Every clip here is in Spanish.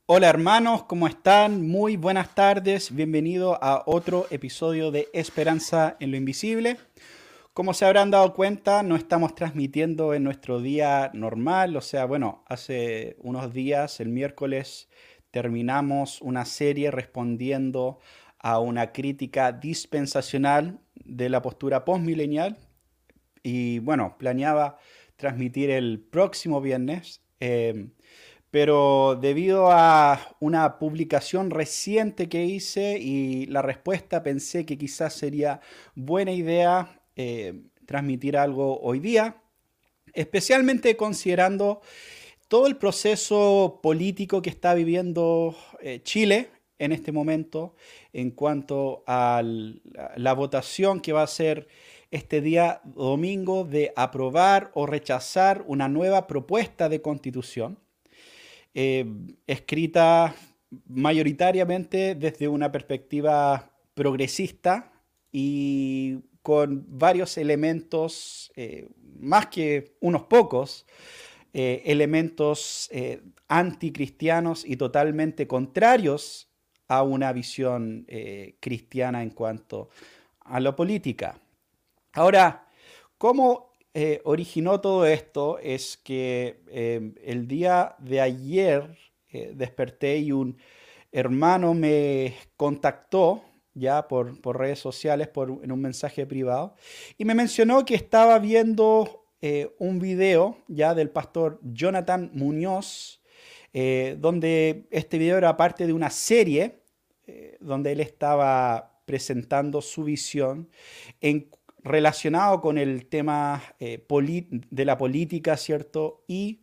Hola hermanos, ¿cómo están? Muy buenas tardes, bienvenido a otro episodio de Esperanza en lo Invisible. Como se habrán dado cuenta, no estamos transmitiendo en nuestro día normal, hace unos días, el miércoles, terminamos una serie respondiendo a una crítica dispensacional de la postura postmilenial y planeaba transmitir el próximo viernes. Pero debido a una publicación reciente que hice y la respuesta, pensé que quizás sería buena idea transmitir algo hoy día, especialmente considerando todo el proceso político que está viviendo Chile en este momento en cuanto a la votación que va a ser este día domingo de aprobar o rechazar una nueva propuesta de constitución eh, escrita mayoritariamente desde una perspectiva progresista y con varios elementos, más que unos pocos, elementos anticristianos y totalmente contrarios a una visión cristiana en cuanto a la política. Ahora, ¿cómo originó todo esto? Es que el día de ayer desperté y un hermano me contactó ya por redes sociales, en un mensaje privado, y me mencionó que estaba viendo un video ya del pastor Jonathan Muñoz, donde este video era parte de una serie donde él estaba presentando su visión en relacionado con el tema de la política, ¿cierto? Y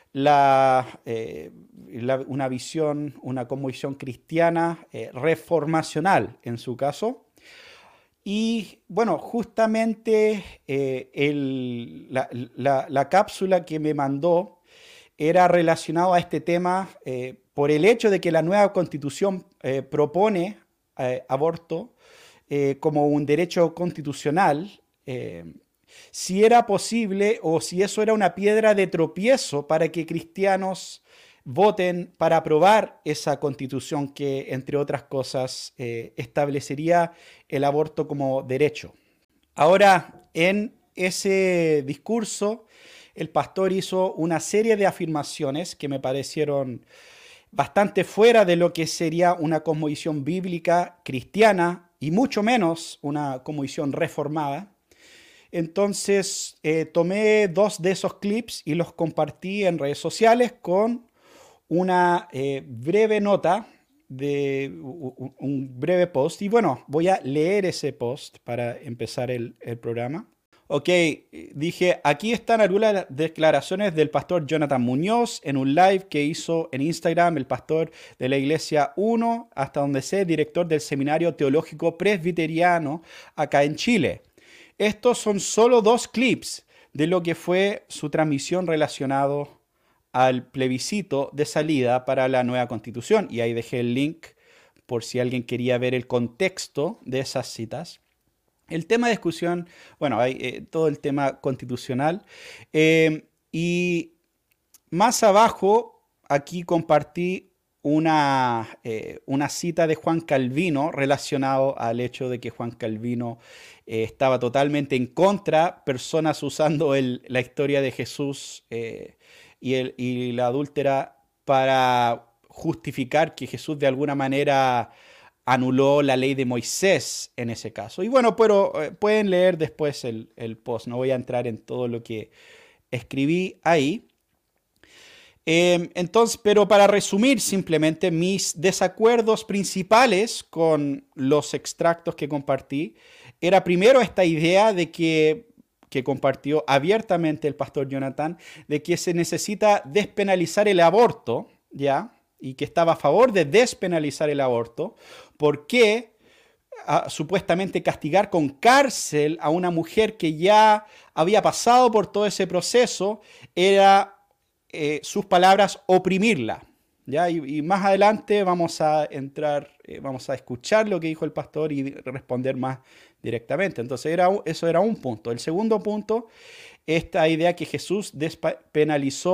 una visión, una cosmovisión cristiana reformacional en su caso. Y bueno, justamente la cápsula que me mandó era relacionado a este tema por el hecho de que la nueva constitución propone aborto como un derecho constitucional, si era posible o si eso era una piedra de tropiezo para que cristianos voten para aprobar esa constitución que, entre otras cosas, establecería el aborto como derecho. Ahora, en ese discurso, el pastor hizo una serie de afirmaciones que me parecieron bastante fuera de lo que sería una cosmovisión bíblica cristiana y mucho menos una cosmovisión reformada. Entonces tomé dos de esos clips y los compartí en redes sociales con una breve nota de un breve post. Y bueno, voy a leer ese post para empezar el programa. Ok, dije, aquí están algunas declaraciones del pastor Jonathan Muñoz en un live que hizo en Instagram, el pastor de la Iglesia 1, hasta donde sé, director del Seminario Teológico Presbiteriano acá en Chile. Estos son solo dos clips de lo que fue su transmisión relacionado al plebiscito de salida para la nueva constitución. Y ahí dejé el link por si alguien quería ver el contexto de esas citas. El tema de discusión, bueno, hay todo el tema constitucional. Y más abajo, aquí compartí una cita de Juan Calvino relacionado al hecho de que Juan Calvino estaba totalmente en contra, personas usando la historia de Jesús y la adúltera para justificar que Jesús de alguna manera anuló la ley de Moisés en ese caso. Y bueno, pero pueden leer después el post, no voy a entrar en todo lo que escribí ahí. Entonces, pero para resumir simplemente mis desacuerdos principales con los extractos que compartí, era primero esta idea de que compartió abiertamente el pastor Jonathan, de que se necesita despenalizar el aborto, ¿ya? Y que estaba a favor de despenalizar el aborto, porque supuestamente castigar con cárcel a una mujer que ya había pasado por todo ese proceso era, sus palabras, oprimirla. ¿Ya? Y más adelante vamos a entrar, vamos a escuchar lo que dijo el pastor y responder más directamente. Entonces eso era un punto. El segundo punto, esta idea que Jesús despenalizó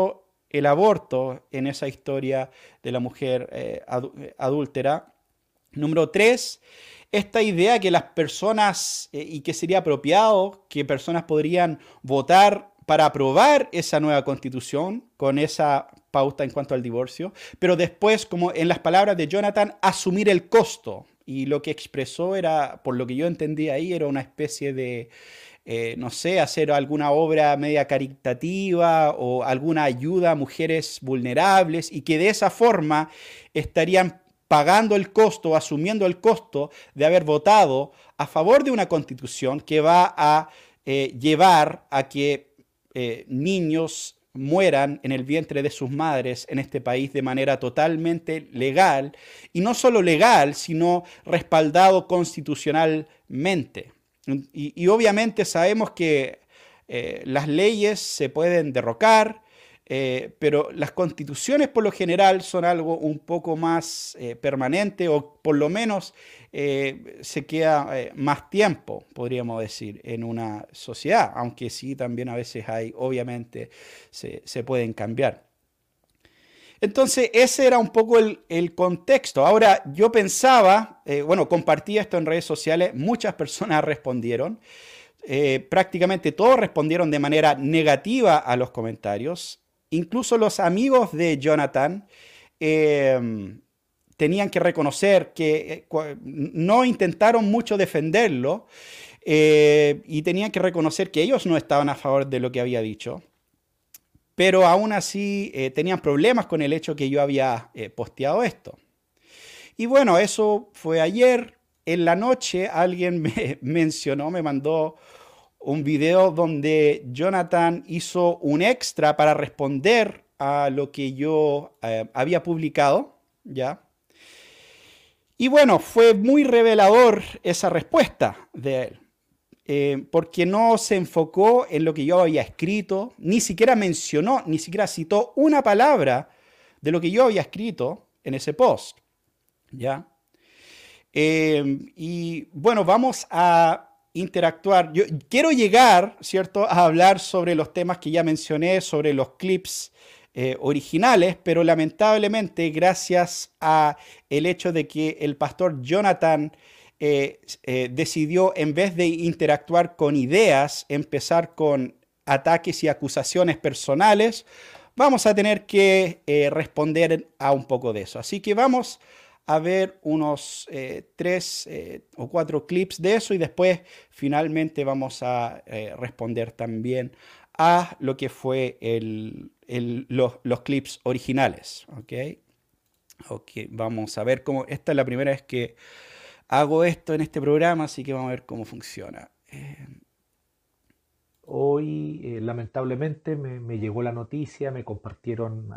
el aborto en esa historia de la mujer adúltera. Número 3, esta idea que las personas, y que sería apropiado que personas podrían votar para aprobar esa nueva constitución con esa pauta en cuanto al divorcio, pero después, como en las palabras de Jonathan, asumir el costo. Y lo que expresó era, por lo que yo entendí ahí, era una especie de, no sé, hacer alguna obra media caritativa o alguna ayuda a mujeres vulnerables y que de esa forma estarían pagando el costo, asumiendo el costo de haber votado a favor de una constitución que va a llevar a que niños mueran en el vientre de sus madres en este país de manera totalmente legal, y no solo legal, sino respaldado constitucionalmente. Y obviamente sabemos que las leyes se pueden derrocar, pero las constituciones por lo general son algo un poco más permanente, o por lo menos se queda más tiempo, podríamos decir, en una sociedad, aunque sí también a veces hay, obviamente, se pueden cambiar. Entonces, ese era un poco el contexto. Ahora, yo pensaba, bueno, compartí esto en redes sociales, muchas personas respondieron, prácticamente todos respondieron de manera negativa a los comentarios. Incluso los amigos de Jonathan tenían que reconocer que no intentaron mucho defenderlo, y tenían que reconocer que ellos no estaban a favor de lo que había dicho, pero aún así tenían problemas con el hecho que yo había posteado esto. Y bueno, eso fue ayer. En la noche alguien me mencionó, me mandó un video donde Jonathan hizo un extra para responder a lo que yo había publicado, ¿ya? Y bueno, fue muy revelador esa respuesta de él, porque no se enfocó en lo que yo había escrito, ni siquiera mencionó, ni siquiera citó una palabra de lo que yo había escrito en ese post, ¿ya? Y bueno, vamos a interactuar. Yo quiero llegar, ¿cierto?, a hablar sobre los temas que ya mencioné, sobre los clips originales, pero lamentablemente, gracias a el hecho de que el pastor Jonathan decidió, en vez de interactuar con ideas, empezar con ataques y acusaciones personales, vamos a tener que responder a un poco de eso. Así que vamos a ver unos 3 o 4 clips de eso, y después finalmente vamos a responder también a lo que fue los clips originales. ¿Okay? Ok, vamos a ver cómo. Esta es la primera vez que hago esto en este programa, así que vamos a ver cómo funciona. Hoy, lamentablemente, me llegó la noticia, me compartieron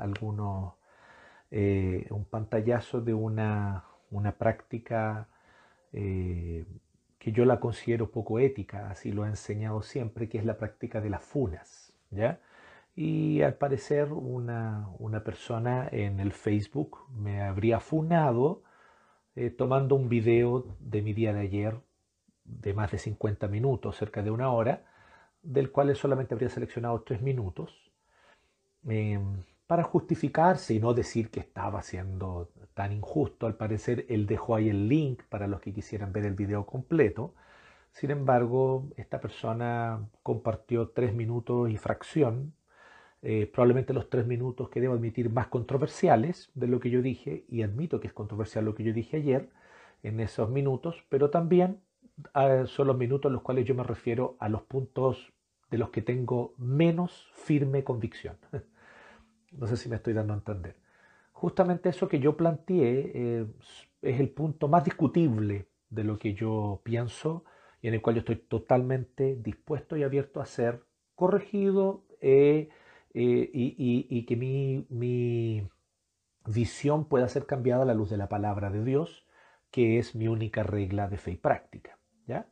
un pantallazo de una práctica eh, que yo la considero poco ética, así lo he enseñado siempre, que es la práctica de las funas, ¿ya? Y al parecer una persona en el Facebook me habría funado tomando un video de mi día de ayer de más de 50 minutos, cerca de una hora, del cual solamente habría seleccionado 3 minutos, eh, para justificarse y no decir que estaba siendo tan injusto. Al parecer él dejó ahí el link para los que quisieran ver el video completo. Sin embargo, esta persona compartió 3 minutos y fracción, probablemente los 3 minutos que debo admitir más controversiales de lo que yo dije, y admito que es controversial lo que yo dije ayer en esos minutos, pero también son los minutos en los cuales yo me refiero a los puntos de los que tengo menos firme convicción. No sé si me estoy dando a entender. Justamente eso que yo planteé es el punto más discutible de lo que yo pienso, y en el cual yo estoy totalmente dispuesto y abierto a ser corregido, y que mi visión pueda ser cambiada a la luz de la palabra de Dios, que es mi única regla de fe y práctica. ¿Ya?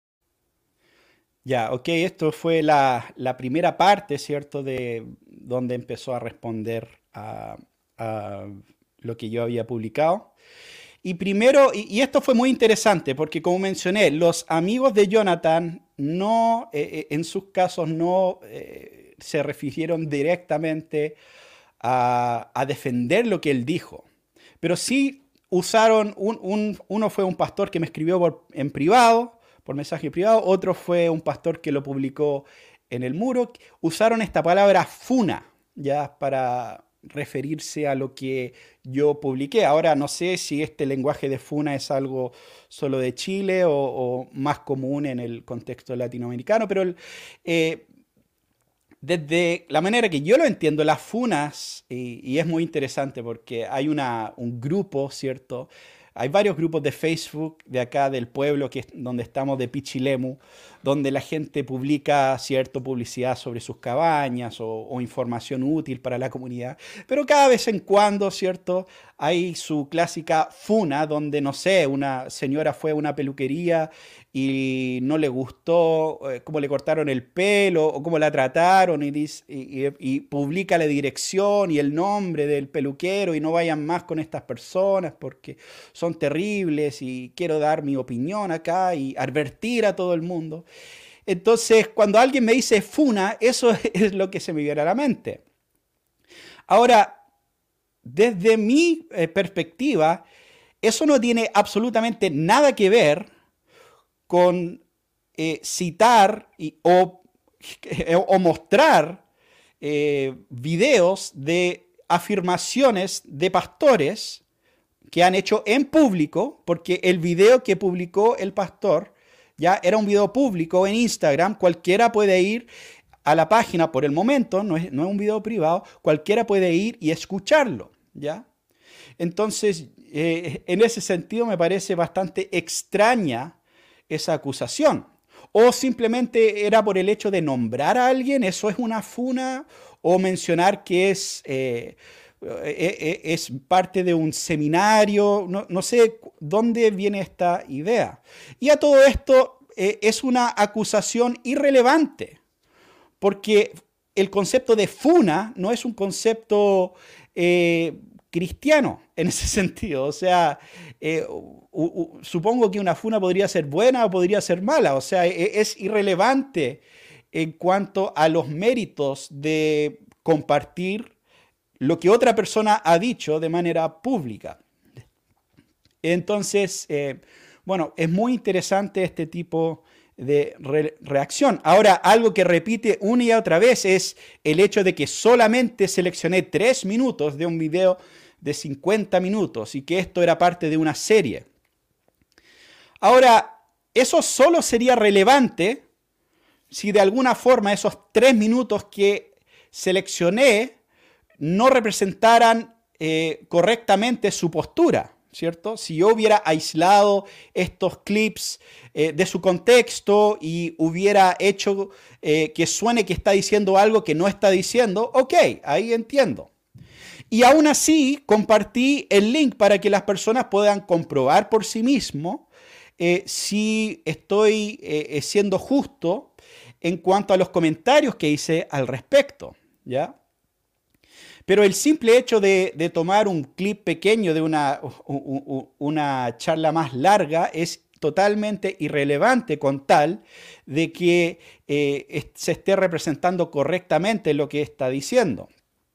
Ya, ok, esto fue la primera parte, ¿cierto?, de donde empezó a responder a lo que yo había publicado. Y primero, y esto fue muy interesante, porque como mencioné, los amigos de Jonathan no, en sus casos no se refirieron directamente a defender lo que él dijo. Pero sí usaron, uno fue un pastor que me escribió en privado, por mensaje privado, otro fue un pastor que lo publicó en el muro. Usaron esta palabra funa, ya para referirse a lo que yo publiqué. Ahora no sé si este lenguaje de funa es algo solo de Chile o más común en el contexto latinoamericano, pero desde la manera que yo lo entiendo, las funas, y es muy interesante porque hay un grupo, ¿cierto? Hay varios grupos de Facebook de acá del pueblo, que es donde estamos, de Pichilemu, donde la gente publica, ¿cierto?, publicidad sobre sus cabañas o información útil para la comunidad. Pero cada vez en cuando, ¿cierto?, hay su clásica funa donde, no sé, una señora fue a una peluquería y no le gustó cómo le cortaron el pelo o cómo la trataron y publica la dirección y el nombre del peluquero y no vayan más con estas personas porque son terribles y quiero dar mi opinión acá y advertir a todo el mundo. Entonces, cuando alguien me dice funa, eso es lo que se me viene a la mente. Ahora, desde mi perspectiva, eso no tiene absolutamente nada que ver con citar o mostrar videos de afirmaciones de pastores que han hecho en público, porque el video que publicó el pastor ya era un video público en Instagram. Cualquiera puede ir a la página por el momento, no es un video privado, cualquiera puede ir y escucharlo, ¿ya? Entonces, en ese sentido me parece bastante extraña esa acusación. O simplemente era por el hecho de nombrar a alguien, eso es una funa, o mencionar que es parte de un seminario, no sé dónde viene esta idea. Y a todo esto es una acusación irrelevante, porque el concepto de funa no es un concepto cristiano en ese sentido. O sea, supongo que una funa podría ser buena o podría ser mala. O sea, es irrelevante en cuanto a los méritos de compartir lo que otra persona ha dicho de manera pública. Entonces, bueno, es muy interesante este tipo de reacción. Ahora, algo que repite una y otra vez es el hecho de que solamente seleccioné 3 minutos de un video de 50 minutos y que esto era parte de una serie. Ahora, eso solo sería relevante si de alguna forma esos 3 minutos que seleccioné no representaran correctamente su postura, ¿cierto? Si yo hubiera aislado estos clips de su contexto y hubiera hecho que suene que está diciendo algo que no está diciendo, ok, ahí entiendo. Y aún así compartí el link para que las personas puedan comprobar por sí mismos si estoy siendo justo en cuanto a los comentarios que hice al respecto, ¿ya? Pero el simple hecho de tomar un clip pequeño de una charla más larga es totalmente irrelevante con tal de que se esté representando correctamente lo que está diciendo.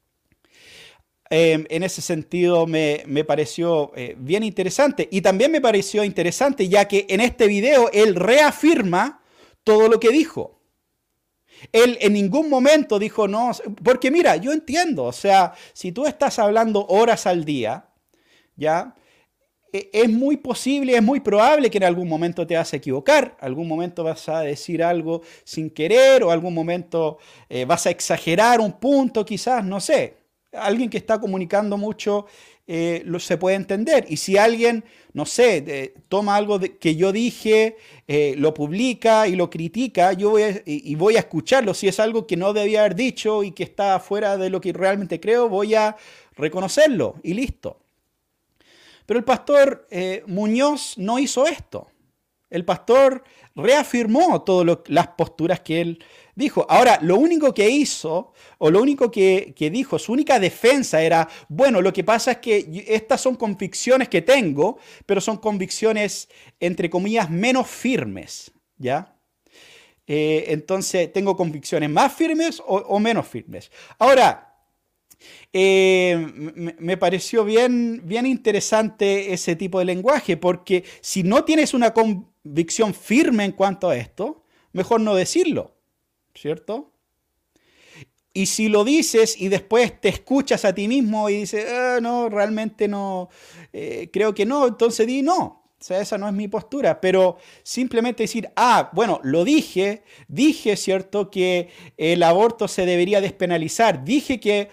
En ese sentido me pareció bien interesante. Y también me pareció interesante ya que en este video él reafirma todo lo que dijo. Él en ningún momento dijo no, porque mira, yo entiendo, o sea, si tú estás hablando horas al día, ¿ya? Es muy posible, es muy probable que en algún momento te vas a equivocar, algún momento vas a decir algo sin querer o algún momento vas a exagerar un punto quizás, no sé. Alguien que está comunicando mucho se puede entender. Y si alguien, no sé, toma algo que yo dije, lo publica y lo critica, yo voy a escucharlo. Si es algo que no debía haber dicho y que está fuera de lo que realmente creo, voy a reconocerlo y listo. Pero el pastor Muñoz no hizo esto. El pastor reafirmó todas las posturas que él dijo. Ahora, lo único que hizo, o lo único que dijo, su única defensa era, bueno, lo que pasa es que estas son convicciones que tengo, pero son convicciones, entre comillas, menos firmes, ¿ya? Entonces, tengo convicciones más firmes o menos firmes. Ahora, Me pareció bien interesante ese tipo de lenguaje, porque si no tienes una convicción firme en cuanto a esto, mejor no decirlo, ¿cierto? Y si lo dices y después te escuchas a ti mismo y dices, "Ah, no, realmente no, creo que no", entonces di no. O sea, esa no es mi postura, pero simplemente decir, ah, bueno, lo dije, ¿cierto?, que el aborto se debería despenalizar, dije que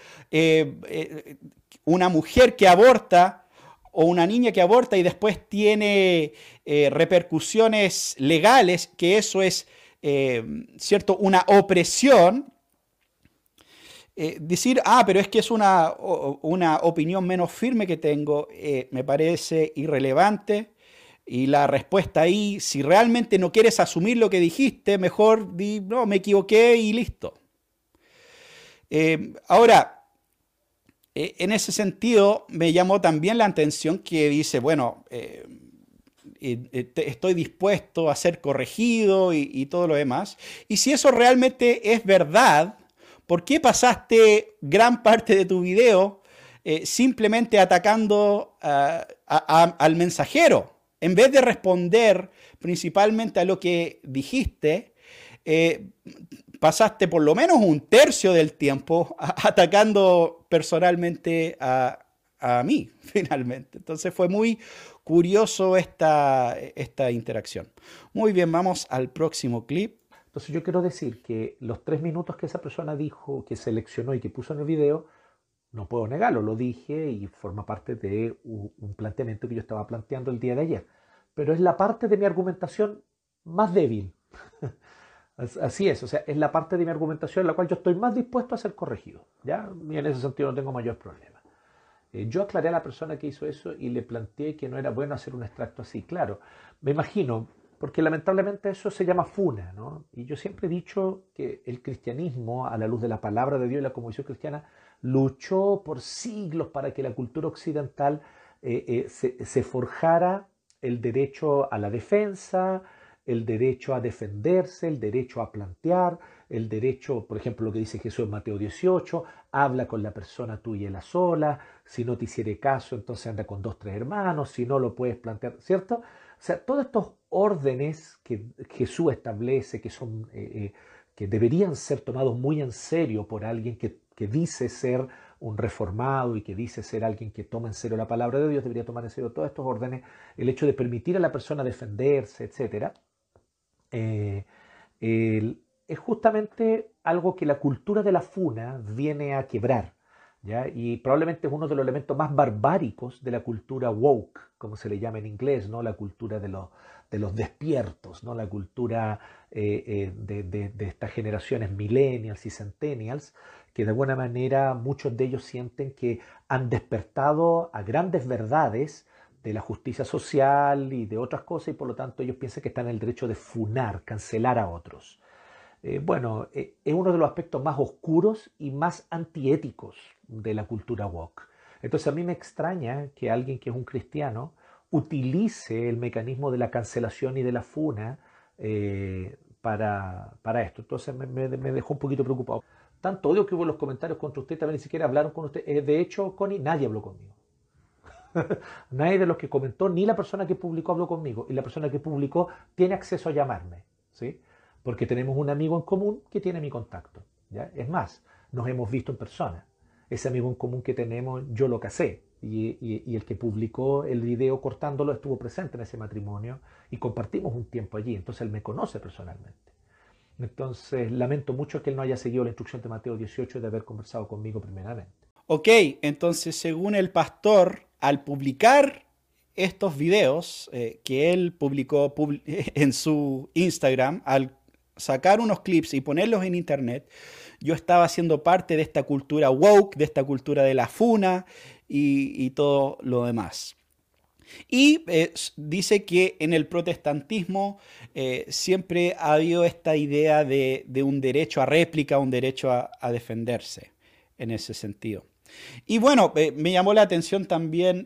una mujer que aborta o una niña que aborta y después tiene repercusiones legales, que eso es, ¿cierto?, una opresión. Decir, ah, pero es que es una opinión menos firme que tengo, me parece irrelevante. Y la respuesta ahí, si realmente no quieres asumir lo que dijiste, mejor di, no, me equivoqué y listo. Ahora, en ese sentido, me llamó también la atención que dice, bueno, estoy dispuesto a ser corregido y todo lo demás. Y si eso realmente es verdad, ¿por qué pasaste gran parte de tu video simplemente atacando al mensajero? En vez de responder principalmente a lo que dijiste, eh, pasaste por lo menos un tercio del tiempo atacando personalmente a mí, finalmente. Entonces fue muy curioso esta interacción. Muy bien, vamos al próximo clip. Entonces yo quiero decir que los 3 minutos que esa persona dijo, que seleccionó y que puso en el video, no puedo negarlo, lo dije y forma parte de un planteamiento que yo estaba planteando el día de ayer. Pero es la parte de mi argumentación más débil. Así es, o sea, es la parte de mi argumentación en la cual yo estoy más dispuesto a ser corregido, ¿ya? Y en ese sentido no tengo mayor problema. Yo aclaré a la persona que hizo eso y le planteé que no era bueno hacer un extracto así. Claro, me imagino, porque lamentablemente eso se llama funa, ¿no? Y yo siempre he dicho que el cristianismo, a la luz de la palabra de Dios y la cosmovisión cristiana, luchó por siglos para que la cultura occidental se forjara el derecho a la defensa, el derecho a defenderse, el derecho a plantear, el derecho, por ejemplo, lo que dice Jesús en Mateo 18, habla con la persona tuya y la sola, si no te hiciere caso, entonces anda con 2, 3 hermanos, si no lo puedes plantear, ¿cierto? O sea, todos estos órdenes que Jesús establece, que deberían ser tomados muy en serio por alguien que dice ser un reformado y que dice ser alguien que toma en serio la palabra de Dios, debería tomar en serio todos estos órdenes, el hecho de permitir a la persona defenderse, etcétera, eh, es justamente algo que la cultura de la funa viene a quebrar, ¿ya? Y probablemente es uno de los elementos más barbáricos de la cultura woke, como se le llama en inglés, ¿no? La cultura de los despiertos, ¿no? La cultura de estas generaciones millennials y centennials, que de alguna manera muchos de ellos sienten que han despertado a grandes verdades de la justicia social y de otras cosas, y por lo tanto ellos piensan que están en el derecho de funar, cancelar a otros. Bueno, es uno de los aspectos más oscuros y más antiéticos de la cultura woke. Entonces a mí me extraña que alguien que es un cristiano utilice el mecanismo de la cancelación y de la funa para esto. Entonces me dejó un poquito preocupado. Tanto odio que hubo en los comentarios contra usted, también ni siquiera hablaron con usted. De hecho, Connie, nadie habló conmigo. Nadie de los que comentó, ni la persona que publicó habló conmigo. Y la persona que publicó tiene acceso a llamarme, ¿sí? Porque tenemos un amigo en común que tiene mi contacto, ¿ya? Es más, nos hemos visto en persona. Ese amigo en común que tenemos, yo lo casé. Y el que publicó el video cortándolo estuvo presente en ese matrimonio y compartimos un tiempo allí. Entonces él me conoce personalmente. Entonces lamento mucho que él no haya seguido la instrucción de Mateo 18 de haber conversado conmigo primeramente. Ok, entonces según el pastor, al publicar estos videos que él publicó en su Instagram, al sacar unos clips y ponerlos en internet, yo estaba siendo parte de esta cultura woke, de esta cultura de la funa y todo lo demás. Y dice que en el protestantismo siempre ha habido esta idea de un derecho a réplica, un derecho a defenderse en ese sentido. Y bueno, me llamó la atención también,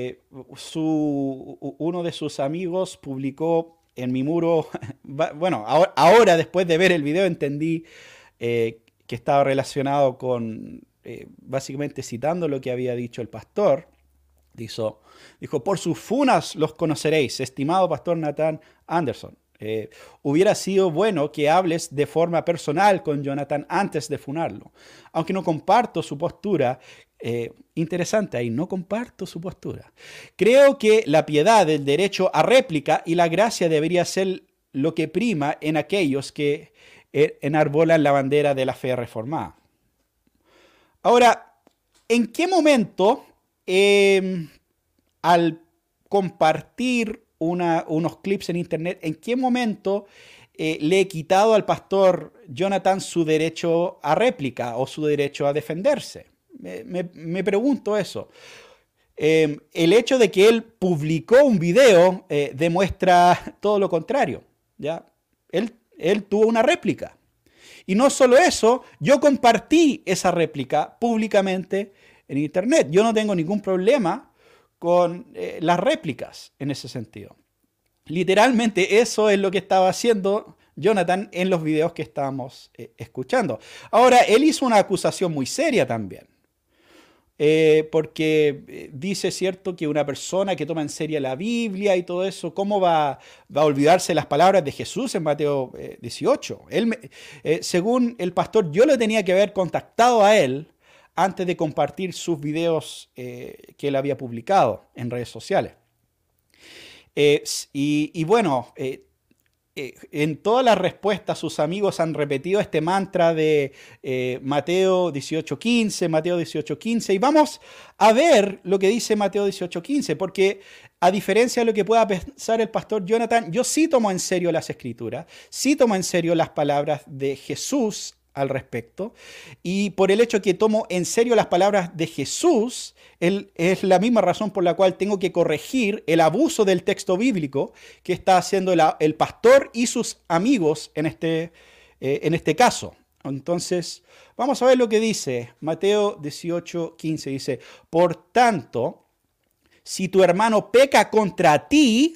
uno de sus amigos publicó en mi muro, bueno, ahora después de ver el video entendí que estaba relacionado con básicamente citando lo que había dicho el pastor, dijo, por sus funas los conoceréis, estimado pastor Nathan Anderson. Hubiera sido bueno que hables de forma personal con Jonathan antes de funarlo. Aunque no comparto su postura, interesante ahí, no comparto su postura. Creo que la piedad, el derecho a réplica y la gracia debería ser lo que prima en aquellos que enarbolan la bandera de la fe reformada. Ahora, ¿en qué momento al compartir unos clips en internet, en qué momento le he quitado al pastor Jonathan su derecho a réplica o su derecho a defenderse? Me pregunto eso. El hecho de que él publicó un video demuestra todo lo contrario, ¿ya? Él tuvo una réplica. Y no solo eso, yo compartí esa réplica públicamente en internet. Yo no tengo ningún problema con las réplicas en ese sentido. Literalmente eso es lo que estaba haciendo Jonathan en los videos que estábamos escuchando. Ahora, él hizo una acusación muy seria también. Porque dice, cierto, que una persona que toma en serio la Biblia y todo eso, ¿cómo va a olvidarse las palabras de Jesús en Mateo 18? Según el pastor, yo le tenía que haber contactado a él antes de compartir sus videos que él había publicado en redes sociales. Bueno, en todas las respuestas sus amigos han repetido este mantra de Mateo 18:15, Mateo 18:15, y vamos a ver lo que dice Mateo 18:15, porque a diferencia de lo que pueda pensar el pastor Jonathan, yo sí tomo en serio las escrituras, sí tomo en serio las palabras de Jesús al respecto, y por el hecho que tomo en serio las palabras de Jesús, es la misma razón por la cual tengo que corregir el abuso del texto bíblico que está haciendo el pastor y sus amigos en este caso. Entonces, vamos a ver lo que dice Mateo 18:15. Dice, por tanto, si tu hermano peca contra ti,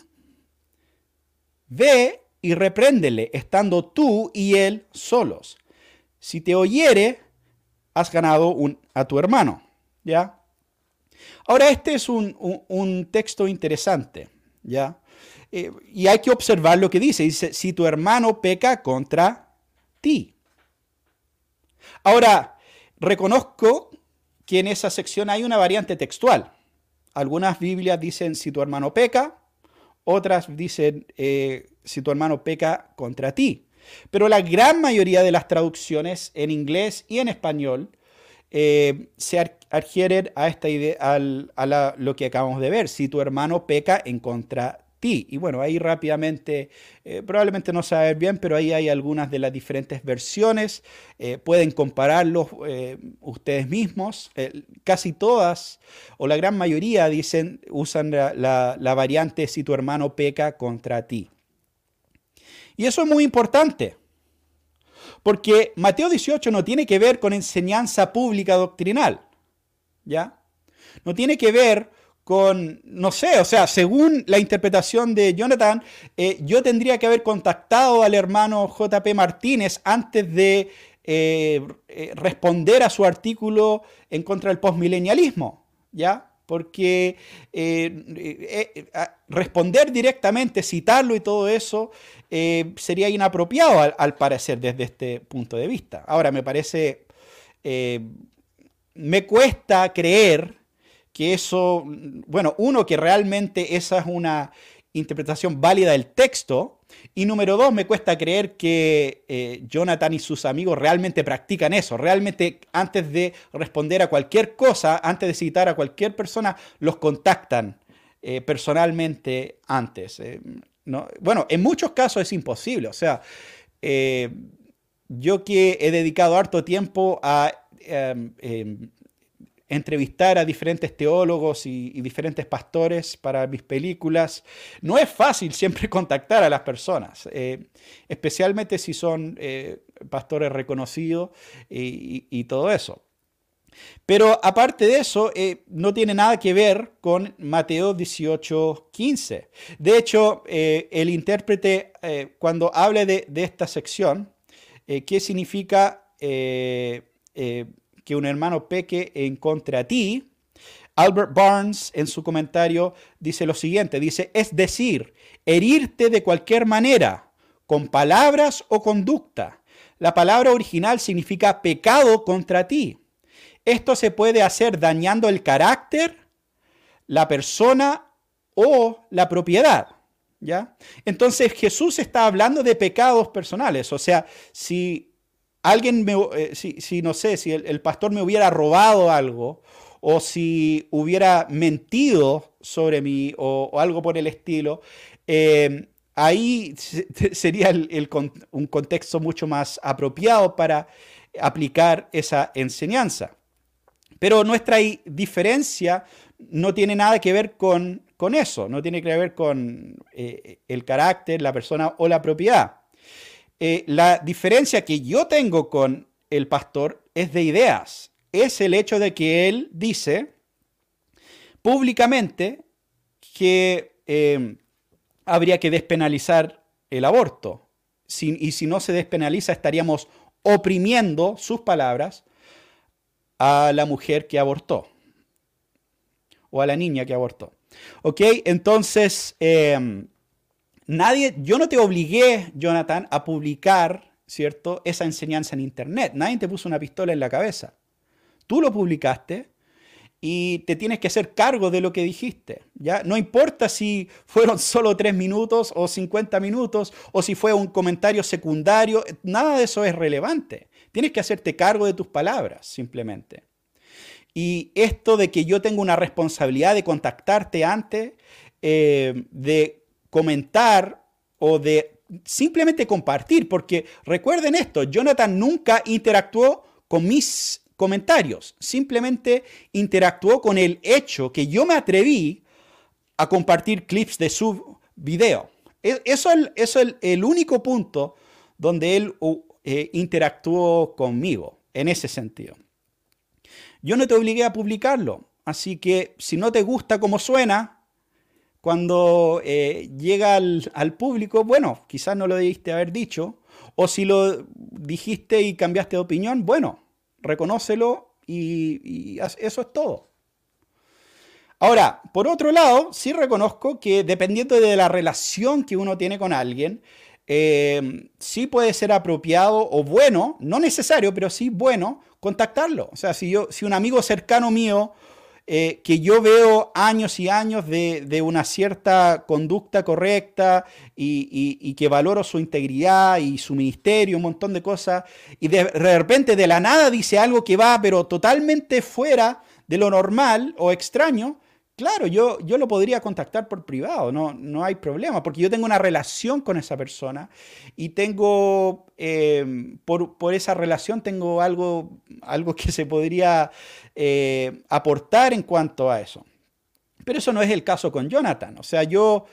ve y repréndele, estando tú y él solos. Si te oyere, has ganado a tu hermano, ¿ya? Ahora, este es un texto interesante, ¿ya? Y hay que observar lo que dice. Dice, si tu hermano peca contra ti. Ahora, reconozco que en esa sección hay una variante textual. Algunas Biblias dicen, si tu hermano peca, otras dicen, si tu hermano peca contra ti. Pero la gran mayoría de las traducciones en inglés y en español se adhieren a esta idea, lo que acabamos de ver, si tu hermano peca en contra ti. Y bueno, ahí rápidamente, probablemente no se va a ver bien, pero ahí hay algunas de las diferentes versiones. Pueden compararlos ustedes mismos. Casi todas, o la gran mayoría, usan la variante si tu hermano peca contra ti. Y eso es muy importante, porque Mateo 18 no tiene que ver con enseñanza pública doctrinal, ¿ya? No tiene que ver con, no sé, o sea, según la interpretación de Jonathan, yo tendría que haber contactado al hermano J.P. Martínez antes de responder a su artículo en contra del postmilenialismo, ¿ya? Porque responder directamente, citarlo y todo eso, sería inapropiado al parecer desde este punto de vista. Ahora, me cuesta creer que eso, bueno, uno, que realmente esa es una interpretación válida del texto, y número dos, me cuesta creer que Jonathan y sus amigos realmente practican eso. Realmente, antes de responder a cualquier cosa, antes de citar a cualquier persona, los contactan personalmente antes. ¿No? Bueno, en muchos casos es imposible. O sea, yo que he dedicado harto tiempo a entrevistar a diferentes teólogos y diferentes pastores para mis películas, no es fácil siempre contactar a las personas, especialmente si son pastores reconocidos y todo eso. Pero aparte de eso, no tiene nada que ver con Mateo 18:15. De hecho, el intérprete, cuando habla de esta sección, ¿qué significa que un hermano peque en contra de ti, Albert Barnes en su comentario dice lo siguiente, dice, es decir, herirte de cualquier manera, con palabras o conducta. La palabra original significa pecado contra ti. Esto se puede hacer dañando el carácter, la persona o la propiedad. ¿Ya? Entonces Jesús está hablando de pecados personales. O sea, si alguien no sé, si el pastor me hubiera robado algo o si hubiera mentido sobre mí o algo por el estilo, ahí sería un contexto mucho más apropiado para aplicar esa enseñanza. Pero nuestra diferencia no tiene nada que ver con eso, no tiene que ver con el carácter, la persona o la propiedad. La diferencia que yo tengo con el pastor es de ideas. Es el hecho de que él dice públicamente que habría que despenalizar el aborto. Y si no se despenaliza, estaríamos oprimiendo, sus palabras, a la mujer que abortó o a la niña que abortó. ¿Ok? Entonces, yo no te obligué, Jonathan, a publicar, ¿cierto?, esa enseñanza en internet. Nadie te puso una pistola en la cabeza. Tú lo publicaste y te tienes que hacer cargo de lo que dijiste, ¿ya? No importa si fueron solo 3 minutos o 50 minutos o si fue un comentario secundario, nada de eso es relevante. Tienes que hacerte cargo de tus palabras, simplemente. Y esto de que yo tengo una responsabilidad de contactarte antes, de comentar o de simplemente compartir, porque recuerden esto, Jonathan nunca interactuó con mis comentarios, simplemente interactuó con el hecho que yo me atreví a compartir clips de su video. Eso es el único punto donde él interactuó conmigo, en ese sentido. Yo no te obligué a publicarlo, así que si no te gusta cómo suena, cuando llega al público, bueno, quizás no lo debiste haber dicho, o si lo dijiste y cambiaste de opinión, bueno, reconócelo y eso es todo. Ahora, por otro lado, sí reconozco que dependiendo de la relación que uno tiene con alguien, sí puede ser apropiado o bueno, no necesario, pero sí bueno, contactarlo. O sea, si un amigo cercano mío, que yo veo años y años de una cierta conducta correcta y que valoro su integridad y su ministerio, un montón de cosas, y de repente de la nada dice algo que va pero totalmente fuera de lo normal o extraño, claro, yo lo podría contactar por privado, no hay problema, porque yo tengo una relación con esa persona y tengo, por esa relación tengo algo que se podría aportar en cuanto a eso. Pero eso no es el caso con Jonathan. O sea, yo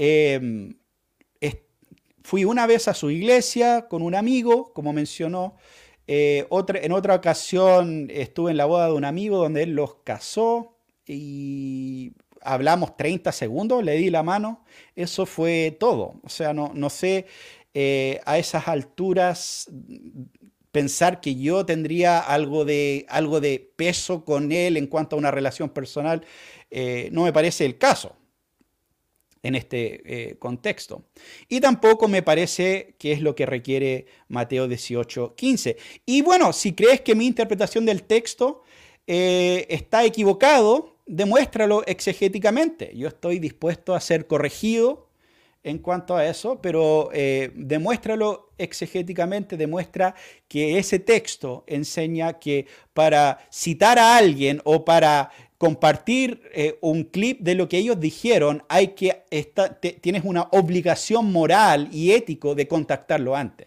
fui una vez a su iglesia con un amigo, como mencionó. En otra ocasión estuve en la boda de un amigo donde él los casó y hablamos 30 segundos, le di la mano, eso fue todo. O sea, no sé a esas alturas pensar que yo tendría algo de peso con él en cuanto a una relación personal, no me parece el caso en este contexto. Y tampoco me parece que es lo que requiere Mateo 18:15. Y bueno, si crees que mi interpretación del texto está equivocado, demuéstralo exegéticamente. Yo estoy dispuesto a ser corregido en cuanto a eso, pero demuéstralo exegéticamente, demuestra que ese texto enseña que para citar a alguien o para compartir un clip de lo que ellos dijeron, tienes una obligación moral y ético de contactarlo antes.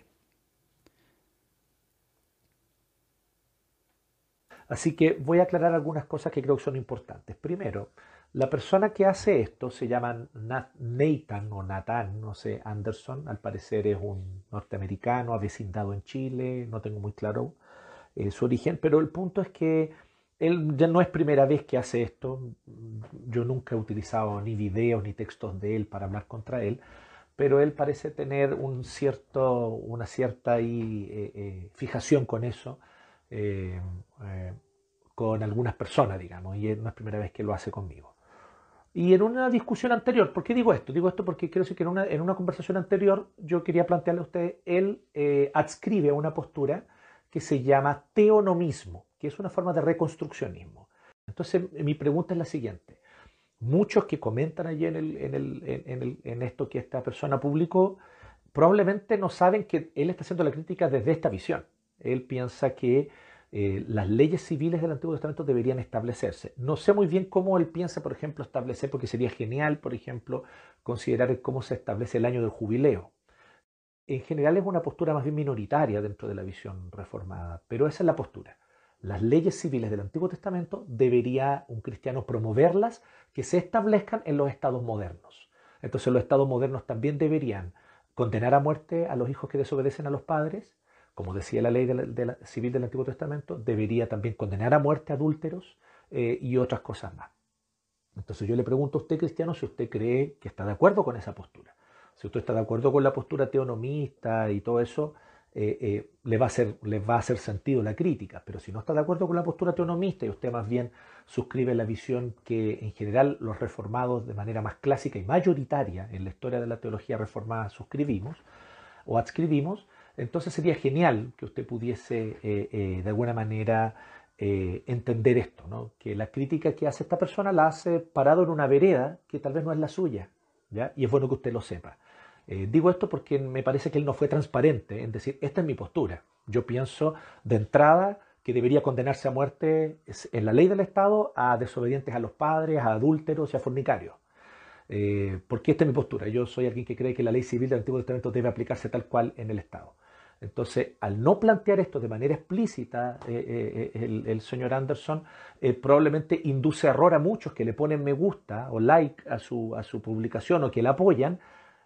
Así que voy a aclarar algunas cosas que creo que son importantes. Primero, la persona que hace esto se llama Nathan o Nathan, no sé, Anderson. Al parecer es un norteamericano, avecindado en Chile, no tengo muy claro su origen, pero el punto es que él ya no es primera vez que hace esto. Yo nunca he utilizado ni videos ni textos de él para hablar contra él, pero él parece tener una cierta fijación con eso. con algunas personas, digamos, y no es primera vez que lo hace conmigo. Y en una discusión anterior, ¿por qué digo esto? Digo esto porque quiero decir que en una conversación anterior yo quería plantearle a usted, él adscribe a una postura que se llama teonomismo, que es una forma de reconstruccionismo. Entonces mi pregunta es la siguiente. Muchos que comentan allí en esto que esta persona publicó, probablemente no saben que él está haciendo la crítica desde esta visión. Él piensa que las leyes civiles del Antiguo Testamento deberían establecerse. No sé muy bien cómo él piensa, por ejemplo, establecer, porque sería genial, por ejemplo, considerar cómo se establece el año del jubileo. En general es una postura más bien minoritaria dentro de la visión reformada, pero esa es la postura. Las leyes civiles del Antiguo Testamento debería un cristiano promoverlas que se establezcan en los estados modernos. Entonces los estados modernos también deberían condenar a muerte a los hijos que desobedecen a los padres, como decía la ley civil del Antiguo Testamento, debería también condenar a muerte a adúlteros y otras cosas más. Entonces yo le pregunto a usted, cristiano, si usted cree que está de acuerdo con esa postura. Si usted está de acuerdo con la postura teonomista y todo eso, le va a hacer sentido la crítica. Pero si no está de acuerdo con la postura teonomista y usted más bien suscribe la visión que en general los reformados de manera más clásica y mayoritaria en la historia de la teología reformada suscribimos o adscribimos, entonces sería genial que usted pudiese de alguna manera entender esto, ¿no? Que la crítica que hace esta persona la hace parado en una vereda que tal vez no es la suya, ¿ya? Y es bueno que usted lo sepa. Digo esto porque me parece que él no fue transparente en decir, esta es mi postura. Yo pienso de entrada que debería condenarse a muerte en la ley del Estado a desobedientes a los padres, a adúlteros y a fornicarios. Porque esta es mi postura. Yo soy alguien que cree que la ley civil del Antiguo Testamento debe aplicarse tal cual en el Estado. Entonces, al no plantear esto de manera explícita, el señor Anderson probablemente induce error a muchos que le ponen me gusta o like a su publicación o que la apoyan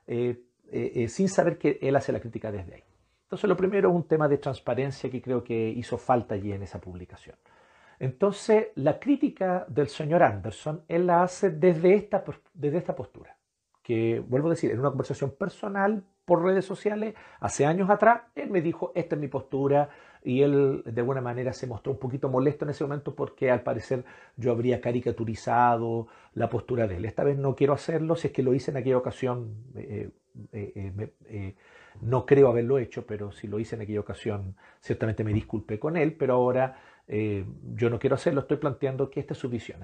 sin saber que él hace la crítica desde ahí. Entonces, lo primero es un tema de transparencia que creo que hizo falta allí en esa publicación. Entonces, la crítica del señor Anderson, él la hace desde esta postura, que, vuelvo a decir, en una conversación personal por redes sociales, hace años atrás, él me dijo, esta es mi postura, y él de alguna manera se mostró un poquito molesto en ese momento porque al parecer yo habría caricaturizado la postura de él. Esta vez no quiero hacerlo, si es que lo hice en aquella ocasión, no creo haberlo hecho, pero si lo hice en aquella ocasión, ciertamente me disculpé con él, pero ahora yo no quiero hacerlo, estoy planteando que esta es su visión.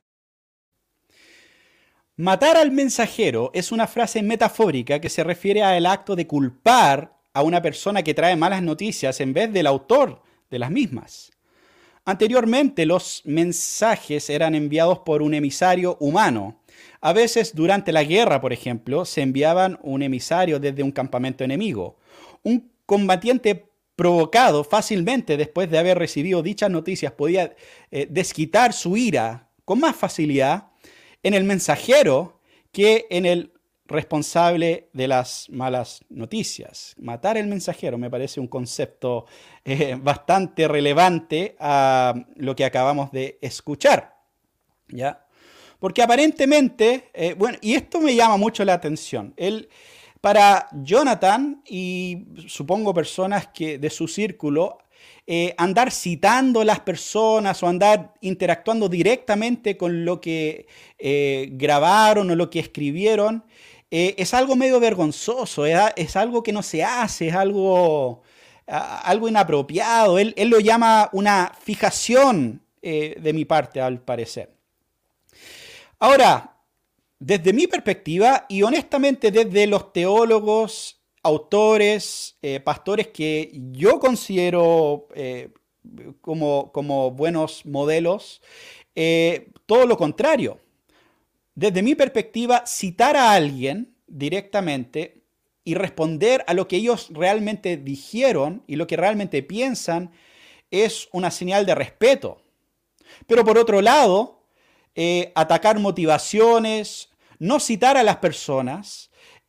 Matar al mensajero es una frase metafórica que se refiere al acto de culpar a una persona que trae malas noticias en vez del autor de las mismas. Anteriormente, los mensajes eran enviados por un emisario humano. A veces, durante la guerra, por ejemplo, se enviaban un emisario desde un campamento enemigo. Un combatiente provocado fácilmente después de haber recibido dichas noticias podía desquitar su ira con más facilidad en el mensajero que en el responsable de las malas noticias. Matar el mensajero me parece un concepto bastante relevante a lo que acabamos de escuchar, ¿ya? Porque aparentemente, bueno, y esto me llama mucho la atención. Para Jonathan y supongo personas de su círculo, andar citando a las personas o andar interactuando directamente con lo que grabaron o lo que escribieron es algo medio vergonzoso, es algo que no se hace, es algo inapropiado. Él lo llama una fijación de mi parte, al parecer. Ahora, desde mi perspectiva y honestamente desde los teólogos, autores, pastores que yo considero como buenos modelos, todo lo contrario. Desde mi perspectiva, citar a alguien directamente y responder a lo que ellos realmente dijeron y lo que realmente piensan es una señal de respeto. Pero por otro lado, atacar motivaciones, no citar a las personas,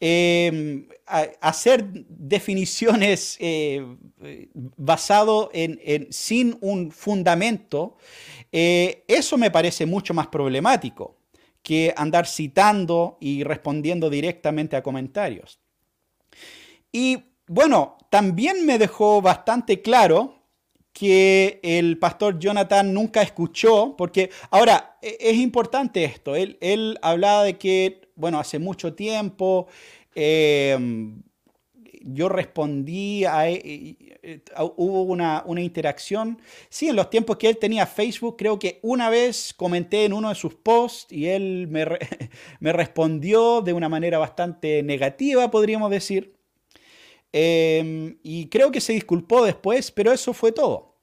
hacer definiciones basado sin un fundamento, eso me parece mucho más problemático que andar citando y respondiendo directamente a comentarios. Y bueno, también me dejó bastante claro que el pastor Jonathan nunca escuchó, porque ahora es importante esto, él hablaba de que, bueno, hace mucho tiempo yo respondí hubo una interacción. Sí, en los tiempos que él tenía Facebook, creo que una vez comenté en uno de sus posts y él me respondió de una manera bastante negativa, podríamos decir. Y creo que se disculpó después, pero eso fue todo.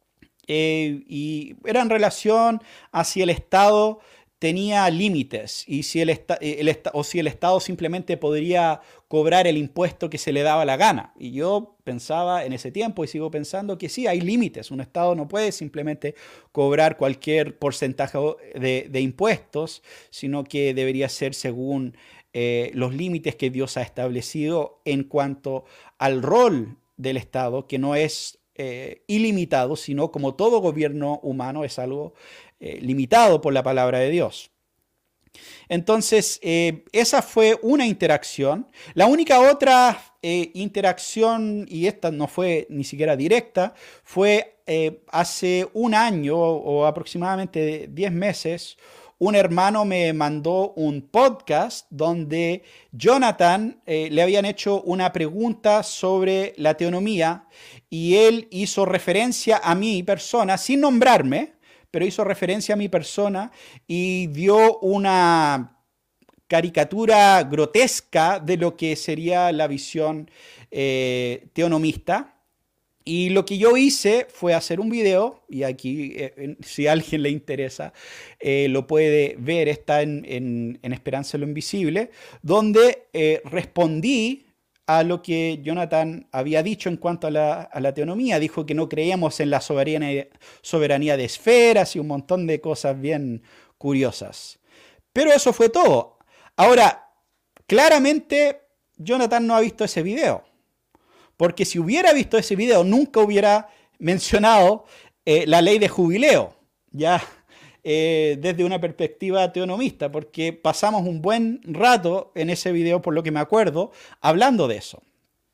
Y era en relación a si el Estado tenía límites y si o si el Estado simplemente podría cobrar el impuesto que se le daba la gana. Y yo pensaba en ese tiempo y sigo pensando que sí, hay límites. Un Estado no puede simplemente cobrar cualquier porcentaje de impuestos, sino que debería ser según los límites que Dios ha establecido en cuanto al rol del Estado, que no es ilimitado, sino como todo gobierno humano es algo limitado por la palabra de Dios. Entonces, esa fue una interacción. La única otra interacción, y esta no fue ni siquiera directa, fue hace un año o aproximadamente 10 meses, un hermano me mandó un podcast donde Jonathan le habían hecho una pregunta sobre la teonomía y él hizo referencia a mi persona sin nombrarme, pero hizo referencia a mi persona y dio una caricatura grotesca de lo que sería la visión teonomista. Y lo que yo hice fue hacer un video, y aquí si a alguien le interesa, lo puede ver, está en Esperanza en lo Invisible, donde respondí a lo que Jonathan había dicho en cuanto a la teonomía. Dijo que no creíamos en la soberanía de esferas y un montón de cosas bien curiosas. Pero eso fue todo. Ahora, claramente Jonathan no ha visto ese video. Porque si hubiera visto ese video, nunca hubiera mencionado la ley de jubileo, ya desde una perspectiva teonomista, porque pasamos un buen rato en ese video, por lo que me acuerdo, hablando de eso.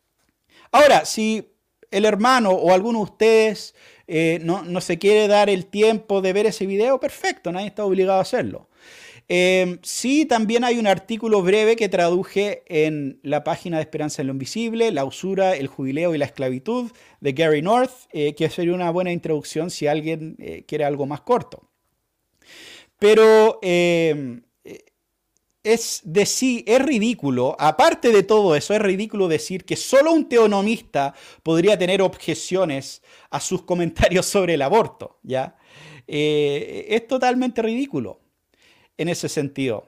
Ahora, si el hermano o alguno de ustedes no se quiere dar el tiempo de ver ese video, perfecto, nadie está obligado a hacerlo. Sí, también hay un artículo breve que traduje en la página de Esperanza en lo Invisible, La usura, el jubileo y la esclavitud, de Gary North, que sería una buena introducción si alguien quiere algo más corto. Pero es ridículo, aparte de todo eso, es ridículo decir que solo un teonomista podría tener objeciones a sus comentarios sobre el aborto, ¿ya? Es totalmente ridículo en ese sentido.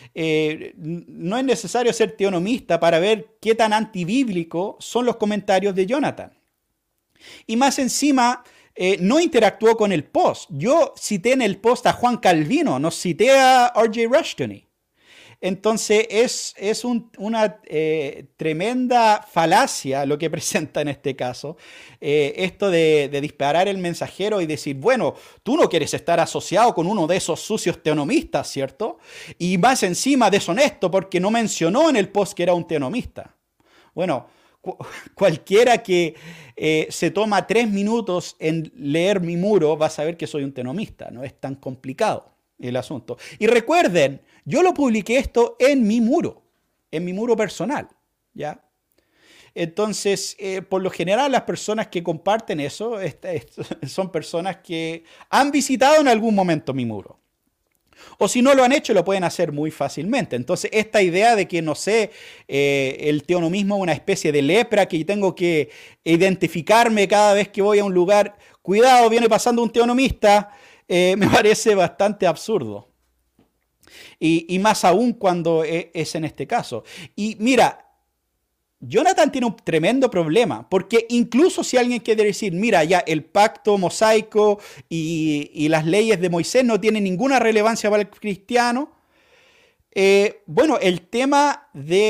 No es necesario ser teonomista para ver qué tan antibíblico son los comentarios de Jonathan. Y más encima, no interactuó con el post. Yo cité en el post a Juan Calvino, no cité a R.J. Rushtoney. Entonces es una tremenda falacia lo que presenta en este caso. Esto de disparar el mensajero y decir, bueno, tú no quieres estar asociado con uno de esos sucios teonomistas, ¿cierto? Y más encima deshonesto porque no mencionó en el post que era un teonomista. Bueno, cualquiera que se toma 3 minutos en leer mi muro va a saber que soy un teonomista. No es tan complicado el asunto. Y recuerden, yo lo publiqué esto en mi muro personal, ¿ya? Entonces, por lo general, las personas que comparten eso son personas que han visitado en algún momento mi muro. O si no lo han hecho, lo pueden hacer muy fácilmente. Entonces, esta idea de que, no sé, el teonomismo es una especie de lepra, que tengo que identificarme cada vez que voy a un lugar, cuidado, viene pasando un teonomista, me parece bastante absurdo. Y más aún cuando es en este caso. Y mira, Jonathan tiene un tremendo problema, porque incluso si alguien quiere decir, mira, ya el pacto mosaico y las leyes de Moisés no tienen ninguna relevancia para el cristiano, bueno, el tema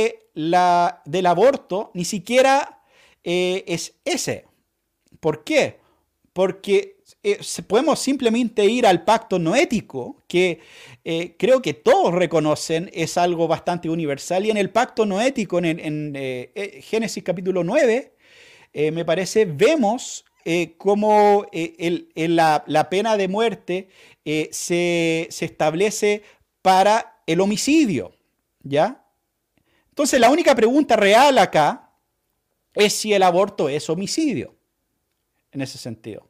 del aborto ni siquiera es ese. ¿Por qué? Porque podemos simplemente ir al pacto noético, que creo que todos reconocen es algo bastante universal, y en el pacto noético, en Génesis capítulo 9, me parece, vemos cómo la pena de muerte se establece para el homicidio, ¿ya? Entonces, la única pregunta real acá es si el aborto es homicidio, en ese sentido.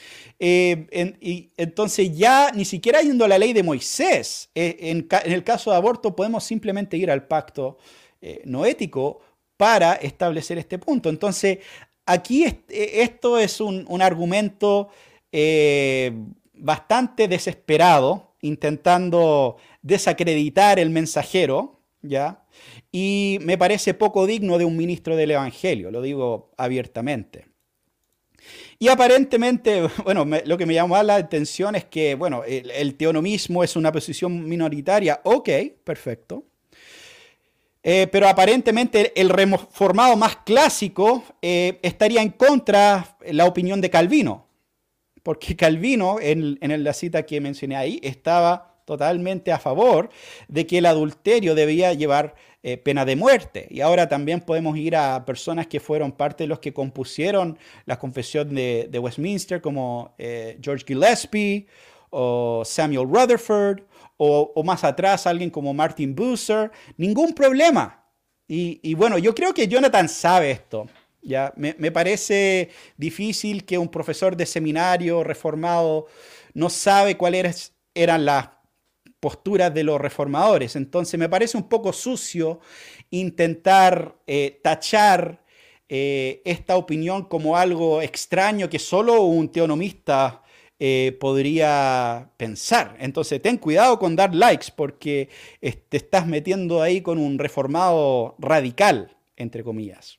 Y entonces ya ni siquiera yendo a la ley de Moisés, en el caso de aborto podemos simplemente ir al pacto no ético para establecer este punto. Entonces aquí esto es un argumento bastante desesperado, intentando desacreditar el mensajero, ¿ya? Y me parece poco digno de un ministro del Evangelio, lo digo abiertamente. Y aparentemente, bueno, lo que me llamó la atención es que, bueno, el teonomismo es una posición minoritaria. Ok, perfecto. Pero aparentemente el reformado más clásico estaría en contra de la opinión de Calvino. Porque Calvino, en la cita que mencioné ahí, estaba totalmente a favor de que el adulterio debía llevar pena de muerte. Y ahora también podemos ir a personas que fueron parte de los que compusieron la Confesión de Westminster, como George Gillespie o Samuel Rutherford, o más atrás alguien como Martin Bucer. Ningún problema. Y bueno, yo creo que Jonathan sabe esto. Ya, me parece difícil que un profesor de seminario reformado no sabe cuáles eran las posturas de los reformadores. Entonces me parece un poco sucio intentar tachar esta opinión como algo extraño que solo un teonomista podría pensar. Entonces ten cuidado con dar likes porque te estás metiendo ahí con un reformado radical, entre comillas.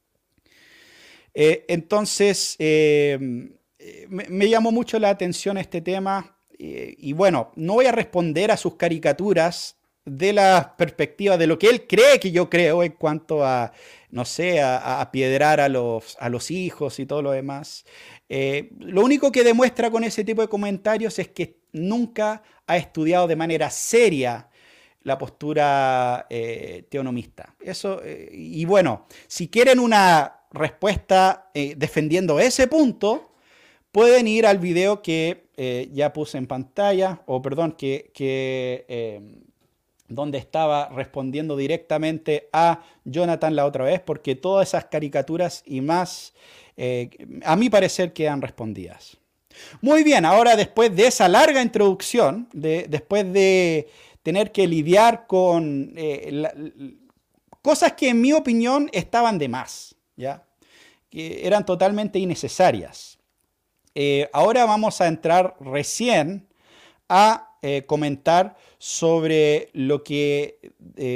Entonces, me llamó mucho la atención este tema y bueno, no voy a responder a sus caricaturas de la perspectiva de lo que él cree que yo creo en cuanto a, no sé, a apiedrar a los hijos y todo lo demás. Lo único que demuestra con ese tipo de comentarios es que nunca ha estudiado de manera seria la postura teonomista. Eso, y bueno, si quieren una respuesta defendiendo ese punto, pueden ir al video que ya puse en pantalla, o perdón, donde estaba respondiendo directamente a Jonathan la otra vez, porque todas esas caricaturas y más, a mi parecer, quedan respondidas. Muy bien, ahora después de esa larga introducción, después de tener que lidiar con cosas que en mi opinión estaban de más, ¿ya? Que eran totalmente innecesarias. Ahora vamos a entrar recién a comentar sobre lo que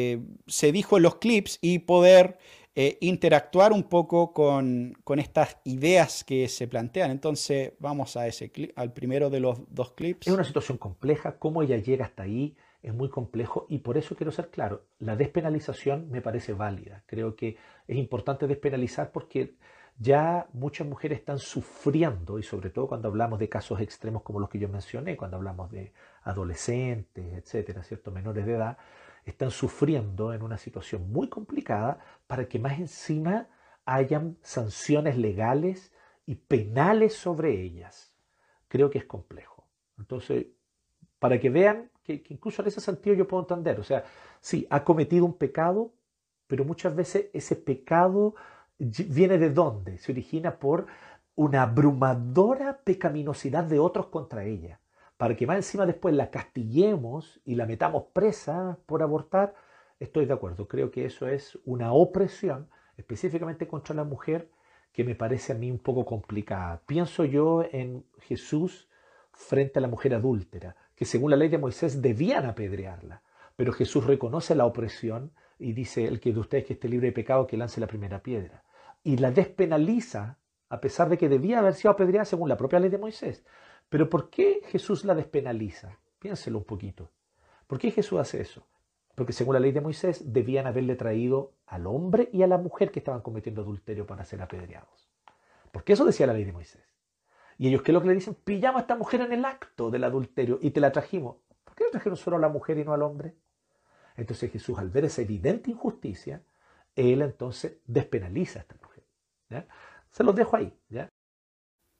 se dijo en los clips y poder interactuar un poco con estas ideas que se plantean. Entonces vamos a al primero de los dos Es clips. una situación compleja, cómo ella llega hasta ahí es muy complejo y por eso quiero ser claro, la despenalización me parece válida. Creo que es importante despenalizar porque ya muchas mujeres están sufriendo y sobre todo cuando hablamos de casos extremos como los que yo mencioné, cuando hablamos de adolescentes, etcétera, ¿cierto? Menores de edad, están sufriendo en una situación muy complicada para que más encima hayan sanciones legales y penales sobre ellas. Creo que es complejo. Entonces, para que vean que incluso en ese sentido yo puedo entender, o sea, sí, ha cometido un pecado, pero muchas veces ese pecado viene de dónde? Se origina por una abrumadora pecaminosidad de otros contra ella. Para que más encima después la castiguemos y la metamos presa por abortar, estoy de acuerdo. Creo que eso es una opresión específicamente contra la mujer que me parece a mí un poco complicada. Pienso yo en Jesús frente a la mujer adúltera, que según la ley de Moisés debían apedrearla, pero Jesús reconoce la opresión y dice, el que de ustedes que esté libre de pecado, que lance la primera piedra. Y la despenaliza, a pesar de que debía haber sido apedreada según la propia ley de Moisés. Pero ¿por qué Jesús la despenaliza? Piénselo un poquito. ¿Por qué Jesús hace eso? Porque según la ley de Moisés debían haberle traído al hombre y a la mujer que estaban cometiendo adulterio para ser apedreados. Porque eso decía la ley de Moisés. Y ellos, ¿qué es lo que le dicen? Pillamos a esta mujer en el acto del adulterio y te la trajimos. ¿Por qué le trajeron solo a la mujer y no al hombre? Entonces Jesús, al ver esa evidente injusticia, él entonces despenaliza a esta mujer. ¿Ya? Se los dejo ahí. ¿Ya?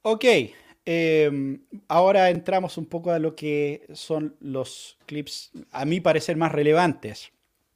Ok, ahora entramos un poco a lo que son los clips, a mi parecer, más relevantes.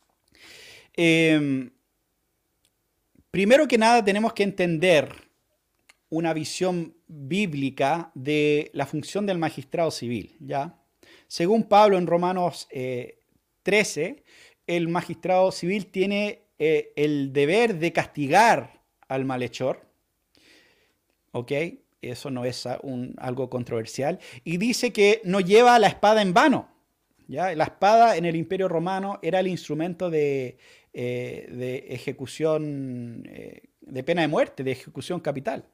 Eh, Primero que nada tenemos que entender una visión bíblica de la función del magistrado civil, ¿ya? Según Pablo en Romanos 13, el magistrado civil tiene el deber de castigar al malhechor, ¿ok? Eso no es algo controversial. Y dice que no lleva la espada en vano, ¿ya? La espada en el Imperio Romano era el instrumento de ejecución, de pena de muerte, de ejecución capital.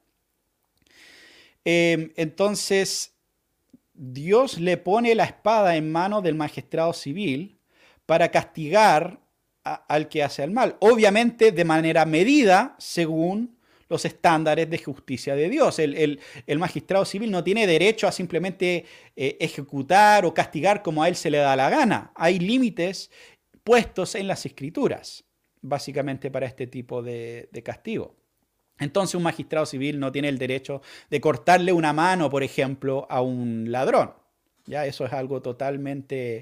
Entonces, Dios le pone la espada en manos del magistrado civil para castigar al que hace el mal. Obviamente de manera medida según los estándares de justicia de Dios. El magistrado civil no tiene derecho a simplemente ejecutar o castigar como a él se le da la gana. Hay límites puestos en las escrituras, básicamente para este tipo de castigo. Entonces un magistrado civil no tiene el derecho de cortarle una mano, por ejemplo, a un ladrón. ¿Ya? Eso es algo totalmente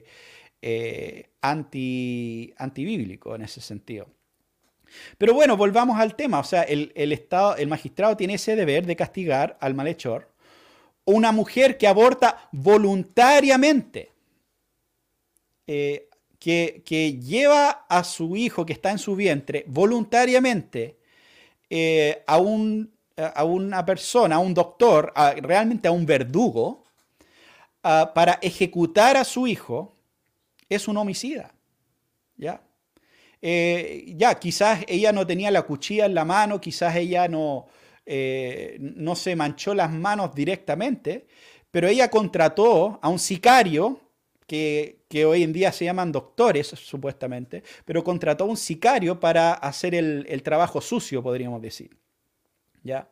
antibíblico en ese sentido. Pero bueno, volvamos al tema. O sea, el magistrado tiene ese deber de castigar al malhechor. Una mujer que aborta voluntariamente, que lleva a su hijo que está en su vientre voluntariamente a una persona, a un doctor, realmente a un verdugo, para ejecutar a su hijo, es un homicida. ¿Ya? Ya, quizás ella no tenía la cuchilla en la mano, quizás ella no se manchó las manos directamente, pero ella contrató a un sicario, que hoy en día se llaman doctores, supuestamente, pero contrató a un sicario para hacer el trabajo sucio, podríamos decir. ¿Ya?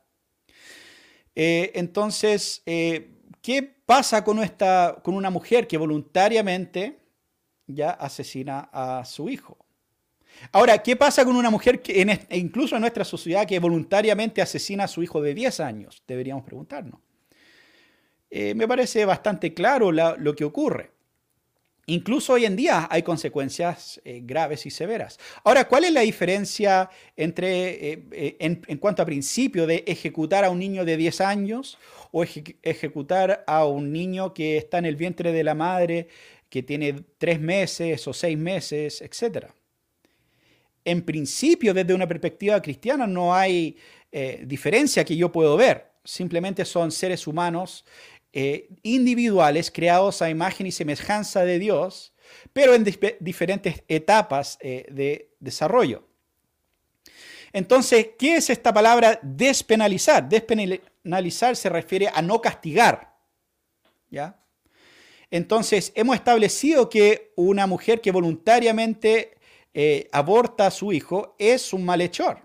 Entonces, ¿qué pasa con una mujer que voluntariamente ya asesina a su hijo? Ahora, ¿qué pasa con una mujer que incluso en nuestra sociedad que voluntariamente asesina a su hijo de 10 años? Deberíamos preguntarnos. Me parece bastante claro lo que ocurre. Incluso hoy en día hay consecuencias graves y severas. Ahora, ¿cuál es la diferencia en cuanto a principio de ejecutar a un niño de 10 años o ejecutar a un niño que está en el vientre de la madre, que tiene 3 meses o 6 meses, etcétera? En principio, desde una perspectiva cristiana, no hay diferencia que yo puedo ver. Simplemente son seres humanos individuales creados a imagen y semejanza de Dios, pero en diferentes etapas de desarrollo. Entonces, ¿qué es esta palabra despenalizar? Despenalizar se refiere a no castigar. ¿Ya? Entonces, hemos establecido que una mujer que voluntariamente aborta a su hijo es un malhechor.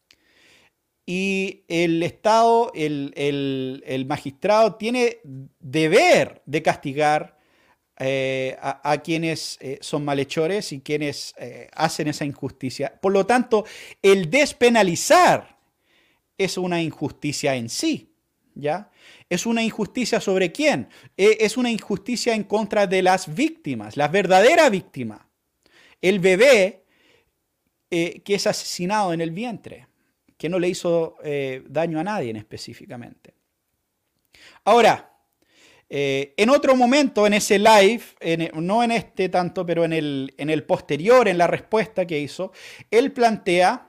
Y el Estado, el magistrado, tiene deber de castigar a quienes son malhechores y quienes hacen esa injusticia. Por lo tanto, el despenalizar es una injusticia en sí. ¿Ya? ¿Es una injusticia sobre quién? Es una injusticia en contra de las víctimas, la verdadera víctima. El bebé que es asesinado en el vientre, que no le hizo daño a nadie específicamente. Ahora, en otro momento en ese live, no en este tanto, pero en el posterior, en la respuesta que hizo, él plantea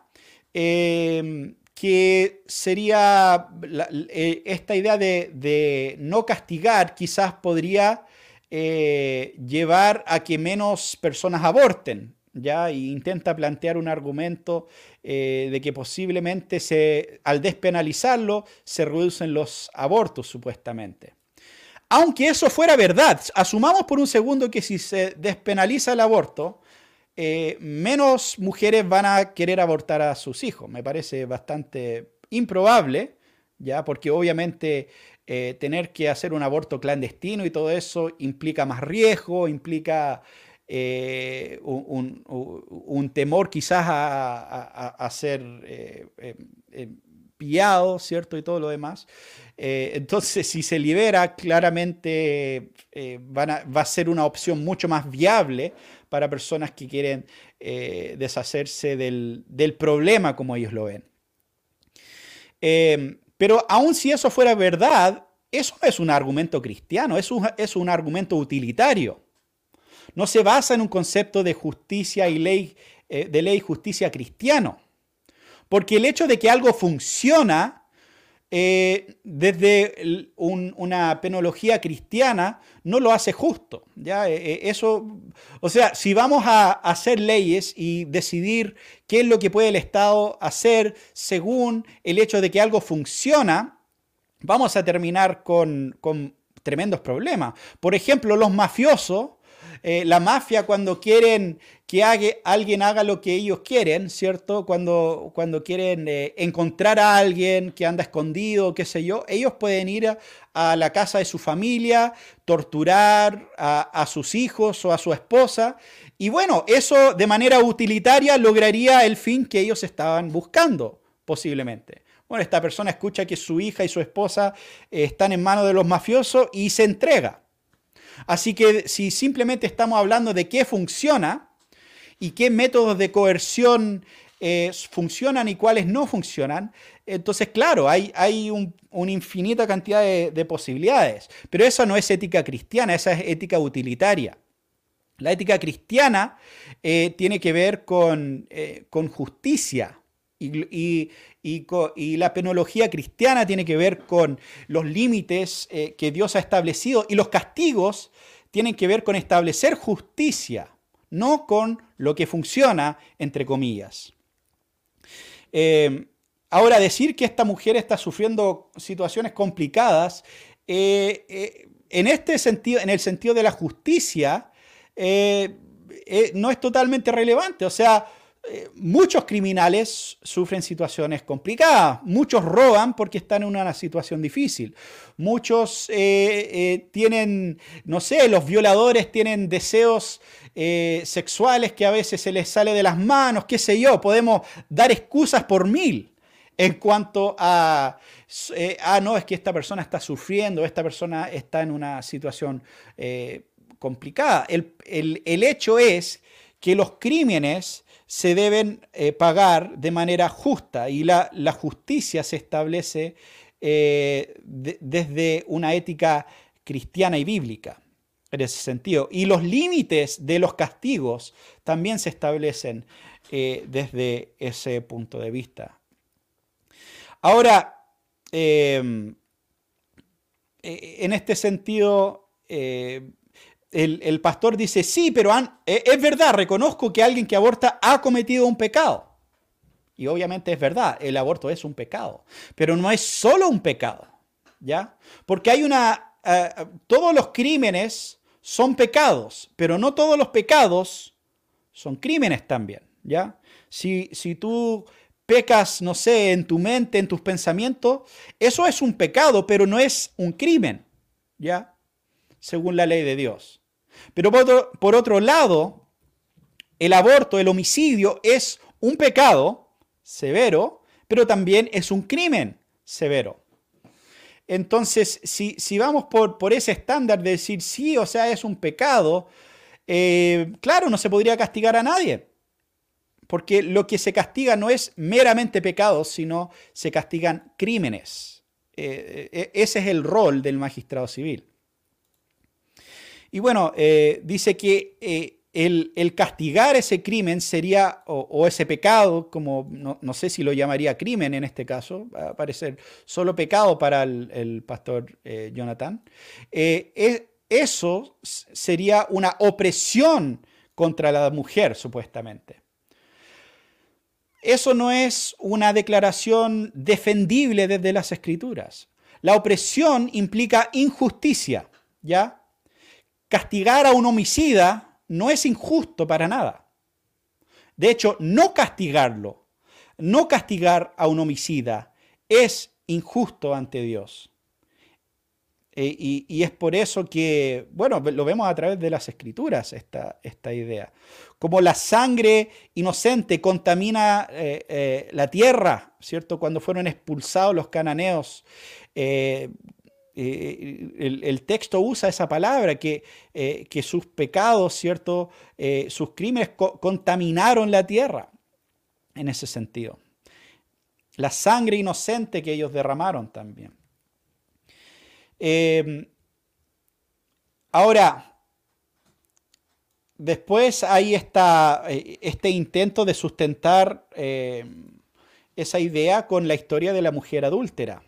que sería esta idea de no castigar quizás podría llevar a que menos personas aborten. ¿Ya? Y intenta plantear un argumento de que posiblemente al despenalizarlo se reducen los abortos supuestamente. Aunque eso fuera verdad, asumamos por un segundo que si se despenaliza el aborto, menos mujeres van a querer abortar a sus hijos. Me parece bastante improbable, ¿ya? Porque obviamente tener que hacer un aborto clandestino y todo eso implica más riesgo, implica un temor quizás a ser pillado, ¿cierto? Y todo lo demás. Entonces, si se libera, claramente va a ser una opción mucho más viable para personas que quieren deshacerse del problema como ellos lo ven. Pero aun si eso fuera verdad, eso no es un argumento cristiano, es un argumento utilitario. No se basa en un concepto de justicia y ley, de ley y justicia cristiano. Porque el hecho de que algo funciona desde una penología cristiana no lo hace justo. ¿Ya? Eso, o sea, si vamos a hacer leyes y decidir qué es lo que puede el Estado hacer según el hecho de que algo funciona, vamos a terminar con tremendos problemas. Por ejemplo, los mafiosos, la mafia cuando quieren que alguien haga lo que ellos quieren, ¿cierto? Cuando quieren encontrar a alguien que anda escondido, qué sé yo, ellos pueden ir a la casa de su familia, torturar a sus hijos o a su esposa. Y bueno, eso de manera utilitaria lograría el fin que ellos estaban buscando, posiblemente. Bueno, esta persona escucha que su hija y su esposa están en manos de los mafiosos y se entrega. Así que si simplemente estamos hablando de qué funciona y qué métodos de coerción funcionan y cuáles no funcionan, entonces claro, hay una infinita cantidad de posibilidades. Pero esa no es ética cristiana, esa es ética utilitaria. La ética cristiana tiene que ver con justicia. Y la penología cristiana tiene que ver con los límites que Dios ha establecido, y los castigos tienen que ver con establecer justicia, no con lo que funciona, entre comillas. Ahora, decir que esta mujer está sufriendo situaciones complicadas, en este sentido, en el sentido de la justicia, no es totalmente relevante. O sea, muchos criminales sufren situaciones complicadas, muchos roban porque están en una situación difícil, muchos tienen, no sé, los violadores tienen deseos sexuales que a veces se les sale de las manos, qué sé yo, podemos dar excusas por mil en cuanto a, no, es que esta persona está sufriendo, esta persona está en una situación complicada. El hecho es que los crímenes se deben pagar de manera justa, y la justicia se establece desde una ética cristiana y bíblica, en ese sentido. Y los límites de los castigos también se establecen desde ese punto de vista. Ahora, en este sentido, el pastor dice, sí, pero es verdad, reconozco que alguien que aborta ha cometido un pecado. Y obviamente es verdad, el aborto es un pecado, pero no es solo un pecado, ¿ya? Porque todos los crímenes son pecados, pero no todos los pecados son crímenes también, ¿ya? Si tú pecas, no sé, en tu mente, en tus pensamientos, eso es un pecado, pero no es un crimen, ¿ya? Según la ley de Dios. Pero por otro lado, el aborto, el homicidio, es un pecado severo, pero también es un crimen severo. Entonces, si vamos por ese estándar de decir sí, o sea, es un pecado, claro, no se podría castigar a nadie. Porque lo que se castiga no es meramente pecados, sino se castigan crímenes. Ese es el rol del magistrado civil. Y bueno, dice que el castigar ese crimen sería, o ese pecado, como no sé si lo llamaría crimen en este caso, va a parecer solo pecado para el pastor Jonathan, eso sería una opresión contra la mujer, supuestamente. Eso no es una declaración defendible desde las Escrituras. La opresión implica injusticia, ¿ya? Castigar a un homicida no es injusto para nada. De hecho, no castigarlo, no castigar a un homicida es injusto ante Dios. Y es por eso que, bueno, lo vemos a través de las escrituras, esta idea. Como la sangre inocente contamina la tierra, ¿cierto? Cuando fueron expulsados los cananeos, eh, el texto usa esa palabra, que sus pecados, ¿cierto? Sus crímenes contaminaron la tierra, en ese sentido. La sangre inocente que ellos derramaron también. Ahora, después hay este intento de sustentar esa idea con la historia de la mujer adúltera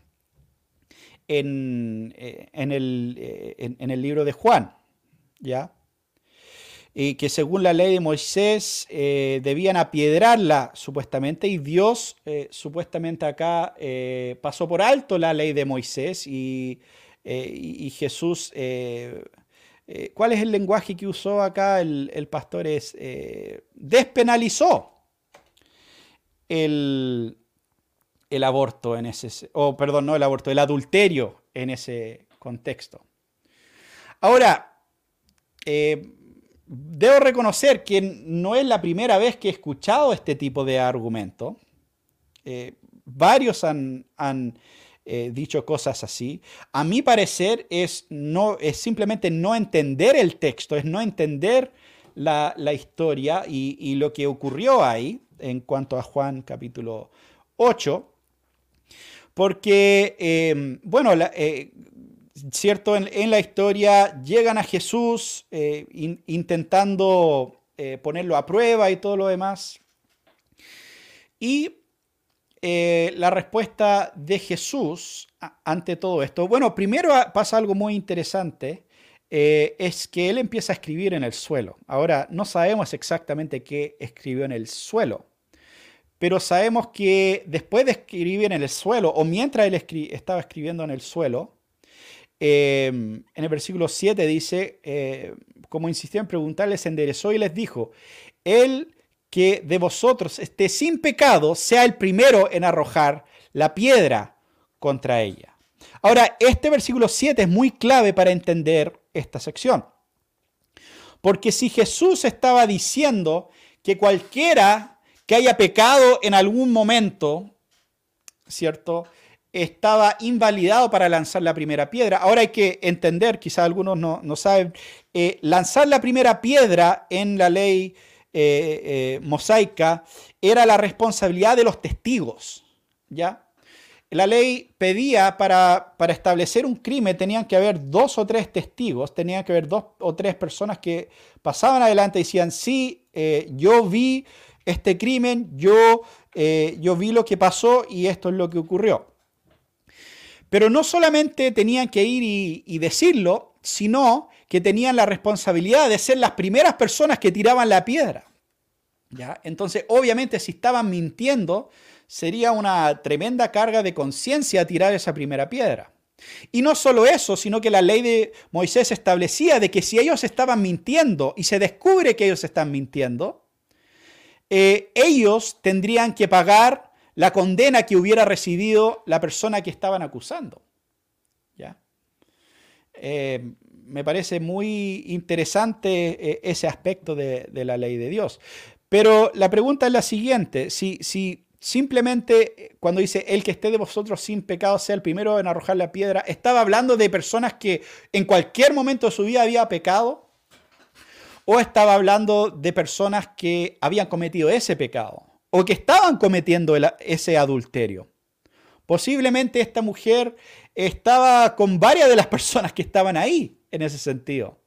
en el libro de Juan, ¿ya? Y que según la ley de Moisés debían apiedrarla supuestamente, y Dios supuestamente acá pasó por alto la ley de Moisés y Jesús, ¿cuál es el lenguaje que usó acá el pastor? Despenalizó el, el aborto en ese, o perdón, no el aborto, el adulterio en ese contexto. Ahora, debo reconocer que no es la primera vez que he escuchado este tipo de argumento. Varios han dicho cosas así. A mi parecer es simplemente no entender el texto, es no entender la historia y lo que ocurrió ahí en cuanto a Juan capítulo 8. Porque, bueno, cierto, en la historia llegan a Jesús intentando ponerlo a prueba y todo lo demás. Y la respuesta de Jesús ante todo esto, bueno, primero pasa algo muy interesante, es que él empieza a escribir en el suelo. Ahora, no sabemos exactamente qué escribió en el suelo, pero sabemos que después de escribir en el suelo, o mientras él estaba escribiendo en el suelo, en el versículo 7 dice, como insistió en preguntarle, se enderezó y les dijo, el que de vosotros esté sin pecado, sea el primero en arrojar la piedra contra ella. Ahora, este versículo 7 es muy clave para entender esta sección. Porque si Jesús estaba diciendo que cualquiera que haya pecado en algún momento, ¿cierto?, estaba invalidado para lanzar la primera piedra. Ahora hay que entender, quizás algunos no saben, lanzar la primera piedra en la ley mosaica era la responsabilidad de los testigos, ¿ya? La ley pedía para establecer un crimen tenían que haber 2 o 3 testigos, tenían que haber 2 o 3 personas que pasaban adelante y decían, sí, yo vi este crimen, yo vi lo que pasó y esto es lo que ocurrió. Pero no solamente tenían que ir y decirlo, sino que tenían la responsabilidad de ser las primeras personas que tiraban la piedra, ¿ya? Entonces, obviamente, si estaban mintiendo, sería una tremenda carga de conciencia tirar esa primera piedra. Y no solo eso, sino que la ley de Moisés establecía de que si ellos estaban mintiendo y se descubre que ellos están mintiendo, ellos tendrían que pagar la condena que hubiera recibido la persona que estaban acusando, ¿ya? Me parece muy interesante ese aspecto de la ley de Dios. Pero la pregunta es la siguiente, si simplemente cuando dice el que esté de vosotros sin pecado sea el primero en arrojar la piedra, ¿estaba hablando de personas que en cualquier momento de su vida había pecado? ¿O estaba hablando de personas que habían cometido ese pecado? ¿O que estaban cometiendo ese adulterio? Posiblemente esta mujer estaba con varias de las personas que estaban ahí en ese sentido.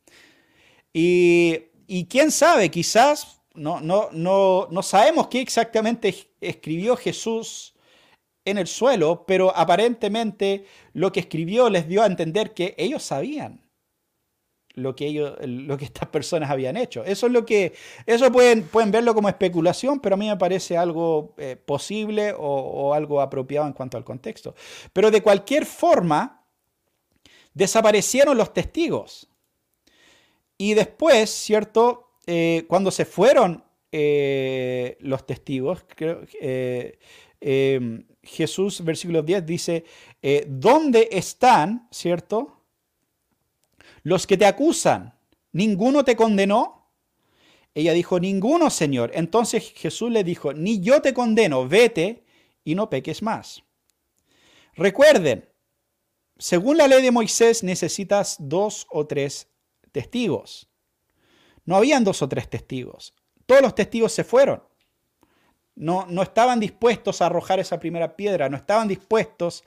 Y quién sabe, quizás no sabemos qué exactamente escribió Jesús en el suelo, pero aparentemente lo que escribió les dio a entender que ellos sabían lo que estas personas habían hecho. Eso pueden verlo como especulación, pero a mí me parece algo posible o algo apropiado en cuanto al contexto. Pero de cualquier forma, desaparecieron los testigos. Y después, ¿cierto? Cuando se fueron los testigos, Jesús, versículo 10, dice, ¿dónde están, ¿cierto?, Los que te acusan, ¿ninguno te condenó? Ella dijo, ninguno, Señor. Entonces Jesús le dijo, ni yo te condeno, vete y no peques más. Recuerden, según la ley de Moisés necesitas 2 o 3 testigos. No habían 2 o 3 testigos. Todos los testigos se fueron. No estaban dispuestos a arrojar esa primera piedra, no estaban dispuestos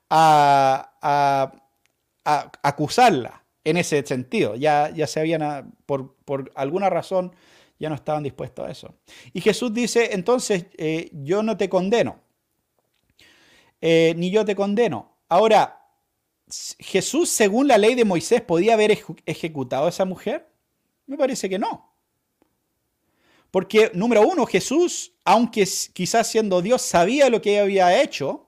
a acusarla en ese sentido. Ya se habían, por alguna razón, ya no estaban dispuestos a eso. Y Jesús dice, entonces, yo no te condeno, ni yo te condeno. Ahora, ¿Jesús, según la ley de Moisés, podía haber ejecutado a esa mujer? Me parece que no. Porque, número uno, Jesús, aunque quizás siendo Dios, sabía lo que había hecho,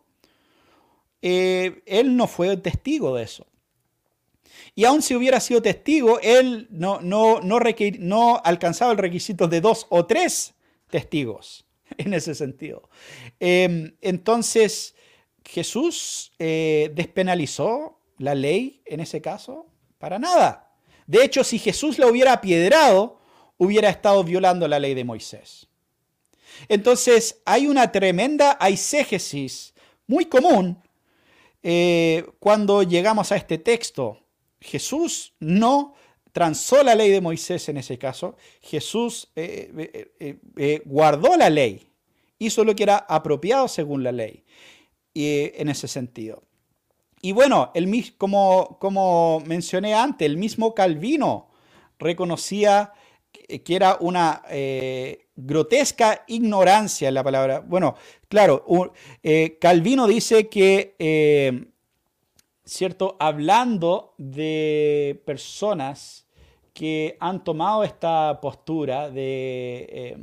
él no fue testigo de eso. Y aun si hubiera sido testigo, él no alcanzaba el requisito de 2 o 3 testigos en ese sentido. Entonces, ¿Jesús despenalizó la ley en ese caso? Para nada. De hecho, si Jesús lo hubiera apiedrado, hubiera estado violando la ley de Moisés. Entonces, hay una tremenda eisegesis muy común cuando llegamos a este texto. Jesús no transó la ley de Moisés en ese caso. Jesús guardó la ley, hizo lo que era apropiado según la ley, en ese sentido. Y bueno, como mencioné antes, el mismo Calvino reconocía que era una grotesca ignorancia en la palabra. Bueno, claro, Calvino dice que, ¿cierto? Hablando de personas que han tomado esta postura de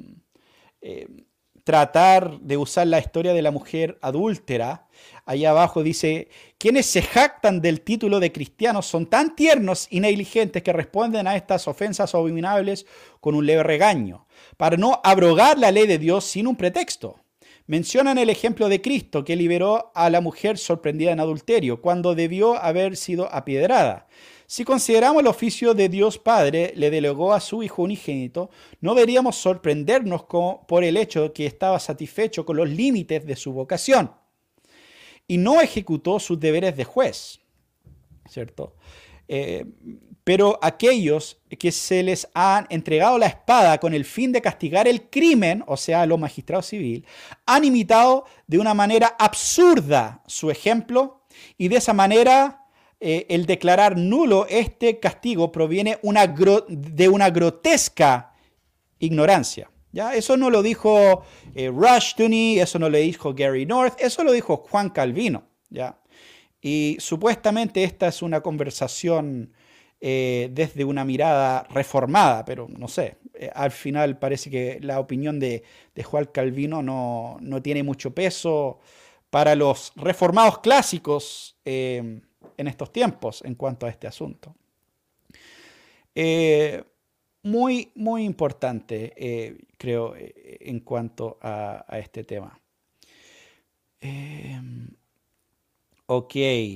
tratar de usar la historia de la mujer adúltera, allá abajo dice, quienes se jactan del título de cristianos son tan tiernos y negligentes que responden a estas ofensas abominables con un leve regaño, para no abrogar la ley de Dios sin un pretexto. Mencionan el ejemplo de Cristo, que liberó a la mujer sorprendida en adulterio, cuando debió haber sido apiedrada. Si consideramos el oficio de Dios Padre le delegó a su Hijo unigénito, no deberíamos sorprendernos por el hecho de que estaba satisfecho con los límites de su vocación y no ejecutó sus deberes de juez, ¿cierto? Pero aquellos que se les han entregado la espada con el fin de castigar el crimen, o sea, los magistrados civiles, han imitado de una manera absurda su ejemplo y de esa manera el declarar nulo este castigo proviene de una grotesca ignorancia. ¿Ya? Eso no lo dijo Rushdoony, eso no lo dijo Gary North, eso lo dijo Juan Calvino. ¿Ya? Y supuestamente esta es una conversación desde una mirada reformada, pero no sé, al final parece que la opinión de Juan Calvino no tiene mucho peso para los reformados clásicos en estos tiempos en cuanto a este asunto. Muy, muy importante, creo, en cuanto a este tema. Ok.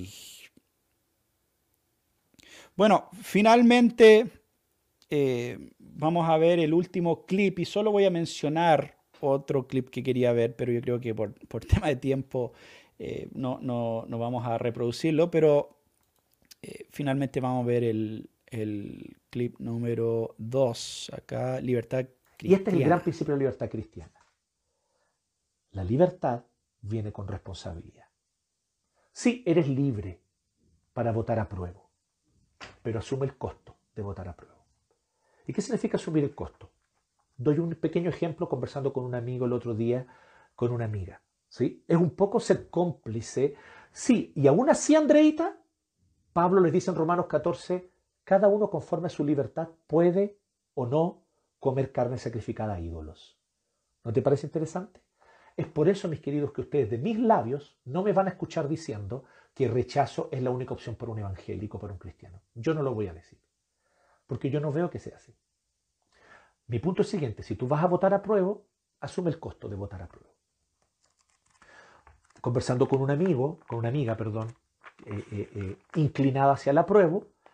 Bueno, finalmente vamos a ver el último clip y solo voy a mencionar otro clip que quería ver, pero yo creo que por tema de tiempo no vamos a reproducirlo, pero finalmente vamos a ver el clip número 2, acá, libertad cristiana. Y este es el gran principio de la libertad cristiana. La libertad viene con responsabilidad. Sí, eres libre para votar a prueba, pero asume el costo de votar a prueba. ¿Y qué significa asumir el costo? Doy un pequeño ejemplo conversando con un amigo el otro día, con una amiga. ¿Sí? Es un poco ser cómplice. Sí, y aún así, Andreita, Pablo les dice en Romanos 14, cada uno conforme a su libertad puede o no comer carne sacrificada a ídolos. ¿No te parece interesante? Es por eso, mis queridos, que ustedes de mis labios no me van a escuchar diciendo que rechazo es la única opción para un evangélico, para un cristiano. Yo no lo voy a decir, porque yo no veo que sea así. Mi punto es el siguiente, si tú vas a votar a prueba, asume el costo de votar a prueba. Conversando con un amigo, con una amiga, inclinada hacia la prueba,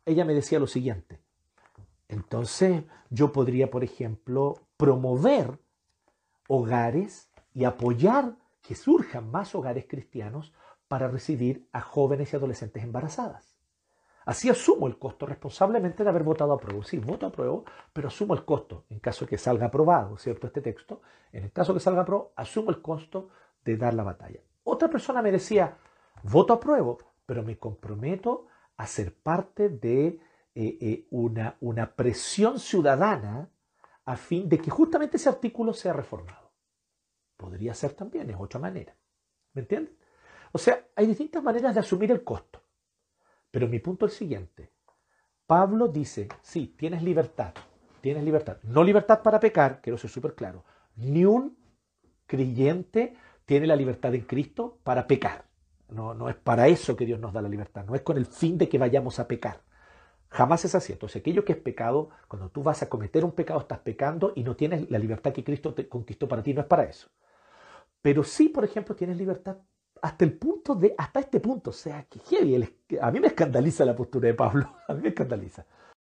ella me decía lo siguiente. Entonces, yo podría, por ejemplo, promover hogares y apoyar que surjan más hogares cristianos para recibir a jóvenes y adolescentes embarazadas. Así asumo el costo responsablemente de haber votado a prueba. Sí, voto a prueba, pero asumo el costo en caso de que salga aprobado, ¿cierto? Este texto. En el caso de que salga aprobado, asumo el costo de dar la batalla. Otra persona me decía, voto a prueba, pero me comprometo a ser parte de una presión ciudadana a fin de que justamente ese artículo sea reformado. Podría ser también, es otra manera. ¿Me entienden? O sea, hay distintas maneras de asumir el costo. Pero mi punto es el siguiente. Pablo dice, sí, tienes libertad. No libertad para pecar, quiero ser súper claro. Ni un creyente tiene la libertad en Cristo para pecar. No es para eso que Dios nos da la libertad. No es con el fin de que vayamos a pecar. Jamás es así. Entonces, aquello que es pecado, cuando tú vas a cometer un pecado, estás pecando y no tienes la libertad que Cristo te conquistó para ti. No es para eso. Pero sí, por ejemplo, tienes libertad hasta este punto. O sea, que heavy. A mí me escandaliza la postura de Pablo. A mí me escandaliza.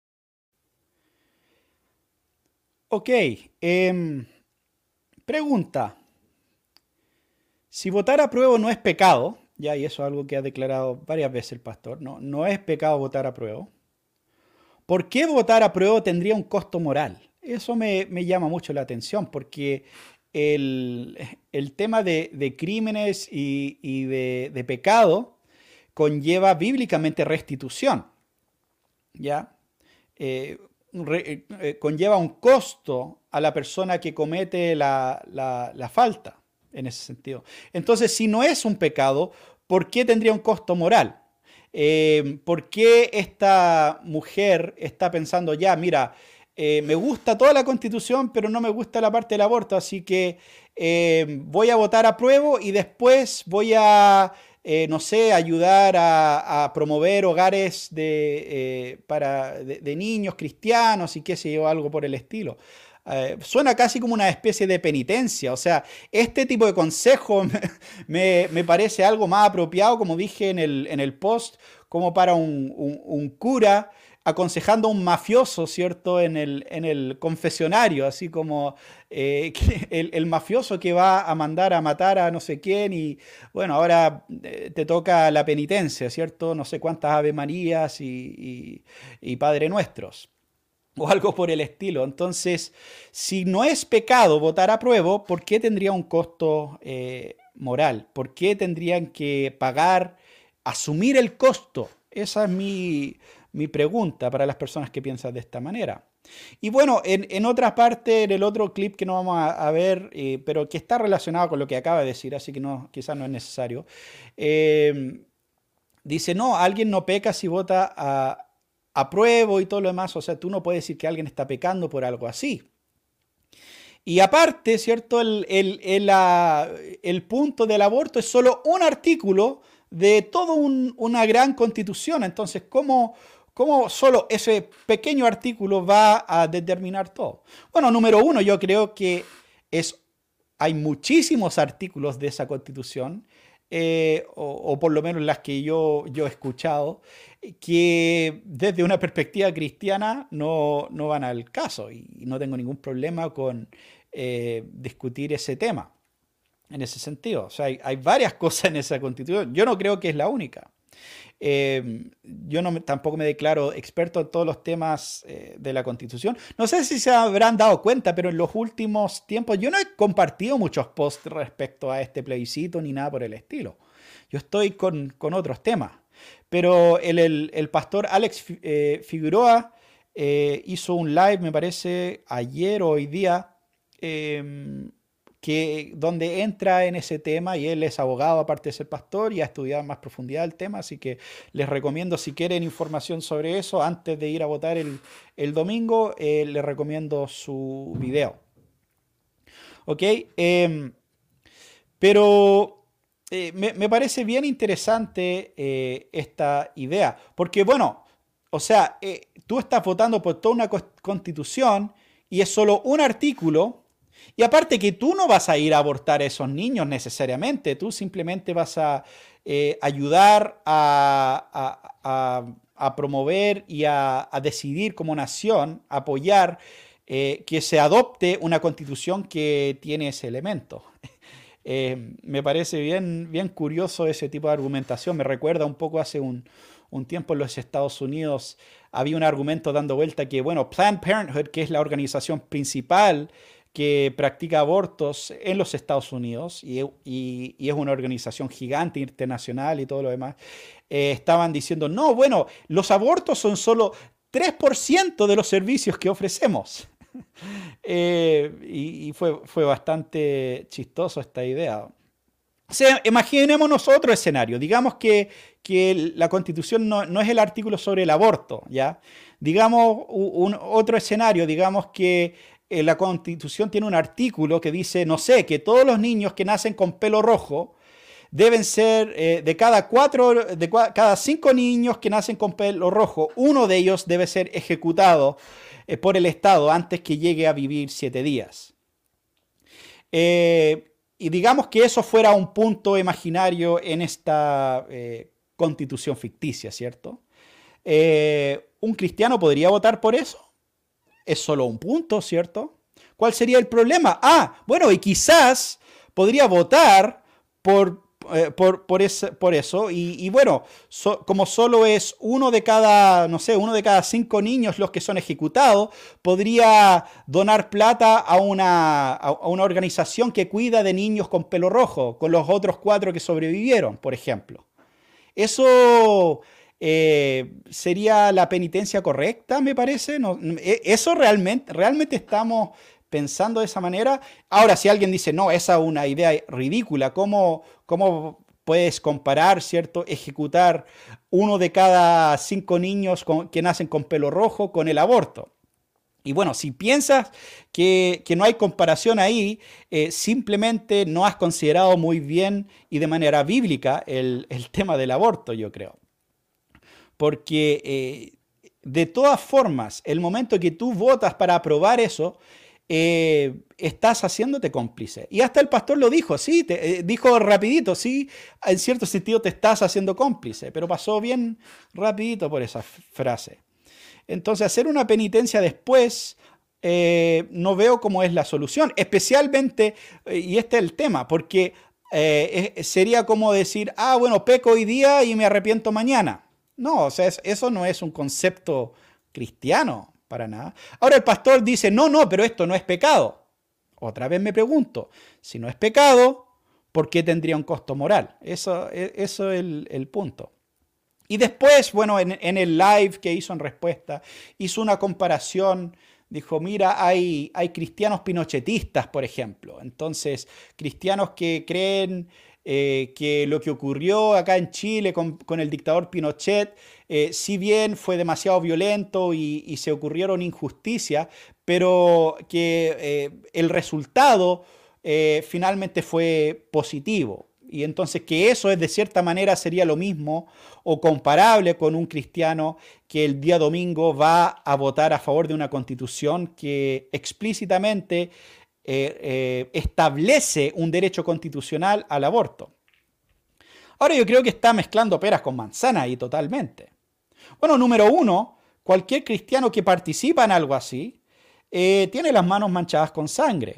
Ok. Pregunta. Si votar a prueba no es pecado, ya, y eso es algo que ha declarado varias veces el pastor, no es pecado votar a prueba. ¿Por qué votar a prueba tendría un costo moral? Eso me llama mucho la atención, porque el tema de crímenes y de pecado conlleva bíblicamente restitución, ¿ya? Conlleva un costo a la persona que comete la falta, en ese sentido. Entonces, si no es un pecado, ¿por qué tendría un costo moral? ¿Por qué esta mujer está pensando, ya, mira, me gusta toda la Constitución, pero no me gusta la parte del aborto, así que voy a votar a prueba y después voy a, no sé, ayudar a promover hogares de niños cristianos y qué sé yo, algo por el estilo? Suena casi como una especie de penitencia. O sea, este tipo de consejo me parece algo más apropiado, como dije en el post, como para un cura aconsejando a un mafioso, ¿cierto? En el confesionario, así como el mafioso que va a mandar a matar a no sé quién y bueno, ahora te toca la penitencia, ¿cierto? No sé cuántas Ave Marías y Padre Nuestros o algo por el estilo. Entonces, si no es pecado votar a prueba, ¿por qué tendría un costo moral? ¿Por qué tendrían que pagar, asumir el costo? Esa es mi pregunta para las personas que piensan de esta manera. Y bueno, en otra parte, en el otro clip que no vamos a ver, pero que está relacionado con lo que acaba de decir, así que no, quizás no es necesario, eh, dice, no, alguien no peca si vota a prueba y todo lo demás. O sea, tú no puedes decir que alguien está pecando por algo así. Y aparte, ¿cierto? El punto del aborto es solo un artículo de toda una gran constitución. Entonces, ¿cómo solo ese pequeño artículo va a determinar todo? Bueno, número uno, yo creo que hay muchísimos artículos de esa constitución, o por lo menos las que yo he escuchado, que desde una perspectiva cristiana no van al caso y no tengo ningún problema con discutir ese tema en ese sentido. O sea, hay varias cosas en esa constitución. Yo no creo que es la única. Yo tampoco me declaro experto en todos los temas de la Constitución. No sé si se habrán dado cuenta, pero en los últimos tiempos yo no he compartido muchos posts respecto a este plebiscito ni nada por el estilo. Yo estoy con otros temas. Pero el pastor Alex Figueroa hizo un live, me parece, ayer o hoy día, donde entra en ese tema y él es abogado aparte de ser pastor y ha estudiado en más profundidad el tema, así que les recomiendo si quieren información sobre eso antes de ir a votar el domingo, les recomiendo su video. ¿Ok? Pero me parece bien interesante esta idea, porque bueno, o sea, tú estás votando por toda una constitución y es solo un artículo. Y aparte que tú no vas a ir a abortar a esos niños necesariamente, tú simplemente vas a ayudar a promover y a decidir como nación, apoyar que se adopte una constitución que tiene ese elemento. Me parece bien curioso ese tipo de argumentación. Me recuerda un poco hace un tiempo en los Estados Unidos había un argumento dando vuelta que, bueno, Planned Parenthood, que es la organización principal que practica abortos en los Estados Unidos y es una organización gigante internacional y todo lo demás, estaban diciendo, no, bueno, los abortos son solo 3% de los servicios que ofrecemos. Y fue bastante chistoso esta idea. O sea, imaginémonos otro escenario. Digamos que la Constitución no es el artículo sobre el aborto, ¿ya? Digamos otro escenario, digamos que la Constitución tiene un artículo que dice, no sé, que todos los niños que nacen con pelo rojo deben ser, cada 5 niños que nacen con pelo rojo, uno de ellos debe ser ejecutado por el Estado antes que llegue a vivir 7 días. Y digamos que eso fuera un punto imaginario en esta constitución ficticia, ¿cierto? ¿Un cristiano podría votar por eso? Es solo un punto, ¿cierto? ¿Cuál sería el problema? Bueno, y quizás podría votar por eso. Y bueno, como solo es uno de cada 5 niños los que son ejecutados, podría donar plata a una organización que cuida de niños con pelo rojo, con los otros 4 que sobrevivieron, por ejemplo. Eso sería la penitencia correcta, me parece. No, eso realmente estamos pensando de esa manera. Ahora, si alguien dice, no, esa es una idea ridícula, ¿cómo puedes comparar, ¿cierto? Ejecutar uno de cada 5 niños que nacen con pelo rojo con el aborto? Y bueno, si piensas que no hay comparación ahí, simplemente no has considerado muy bien y de manera bíblica el tema del aborto, yo creo. Porque de todas formas, el momento que tú votas para aprobar eso, estás haciéndote cómplice. Y hasta el pastor lo dijo, sí, dijo rapidito, sí, en cierto sentido te estás haciendo cómplice, pero pasó bien rapidito por esa frase. Entonces, hacer una penitencia después no veo cómo es la solución, especialmente, y este es el tema, porque sería como decir, bueno, peco hoy día y me arrepiento mañana. No, o sea, eso no es un concepto cristiano. Para nada. Ahora el pastor dice, no, pero esto no es pecado. Otra vez me pregunto, si no es pecado, ¿por qué tendría un costo moral? Eso es el punto. Y después, bueno, en el live que hizo en respuesta, hizo una comparación, dijo, mira, hay cristianos pinochetistas, por ejemplo. Entonces, cristianos que creen que lo que ocurrió acá en Chile con el dictador Pinochet, si bien fue demasiado violento y se ocurrieron injusticias, pero que el resultado finalmente fue positivo. Y entonces que eso es de cierta manera sería lo mismo o comparable con un cristiano que el día domingo va a votar a favor de una constitución que explícitamente establece un derecho constitucional al aborto. Ahora yo creo que está mezclando peras con manzanas ahí totalmente. Bueno, número 1, cualquier cristiano que participa en algo así tiene las manos manchadas con sangre.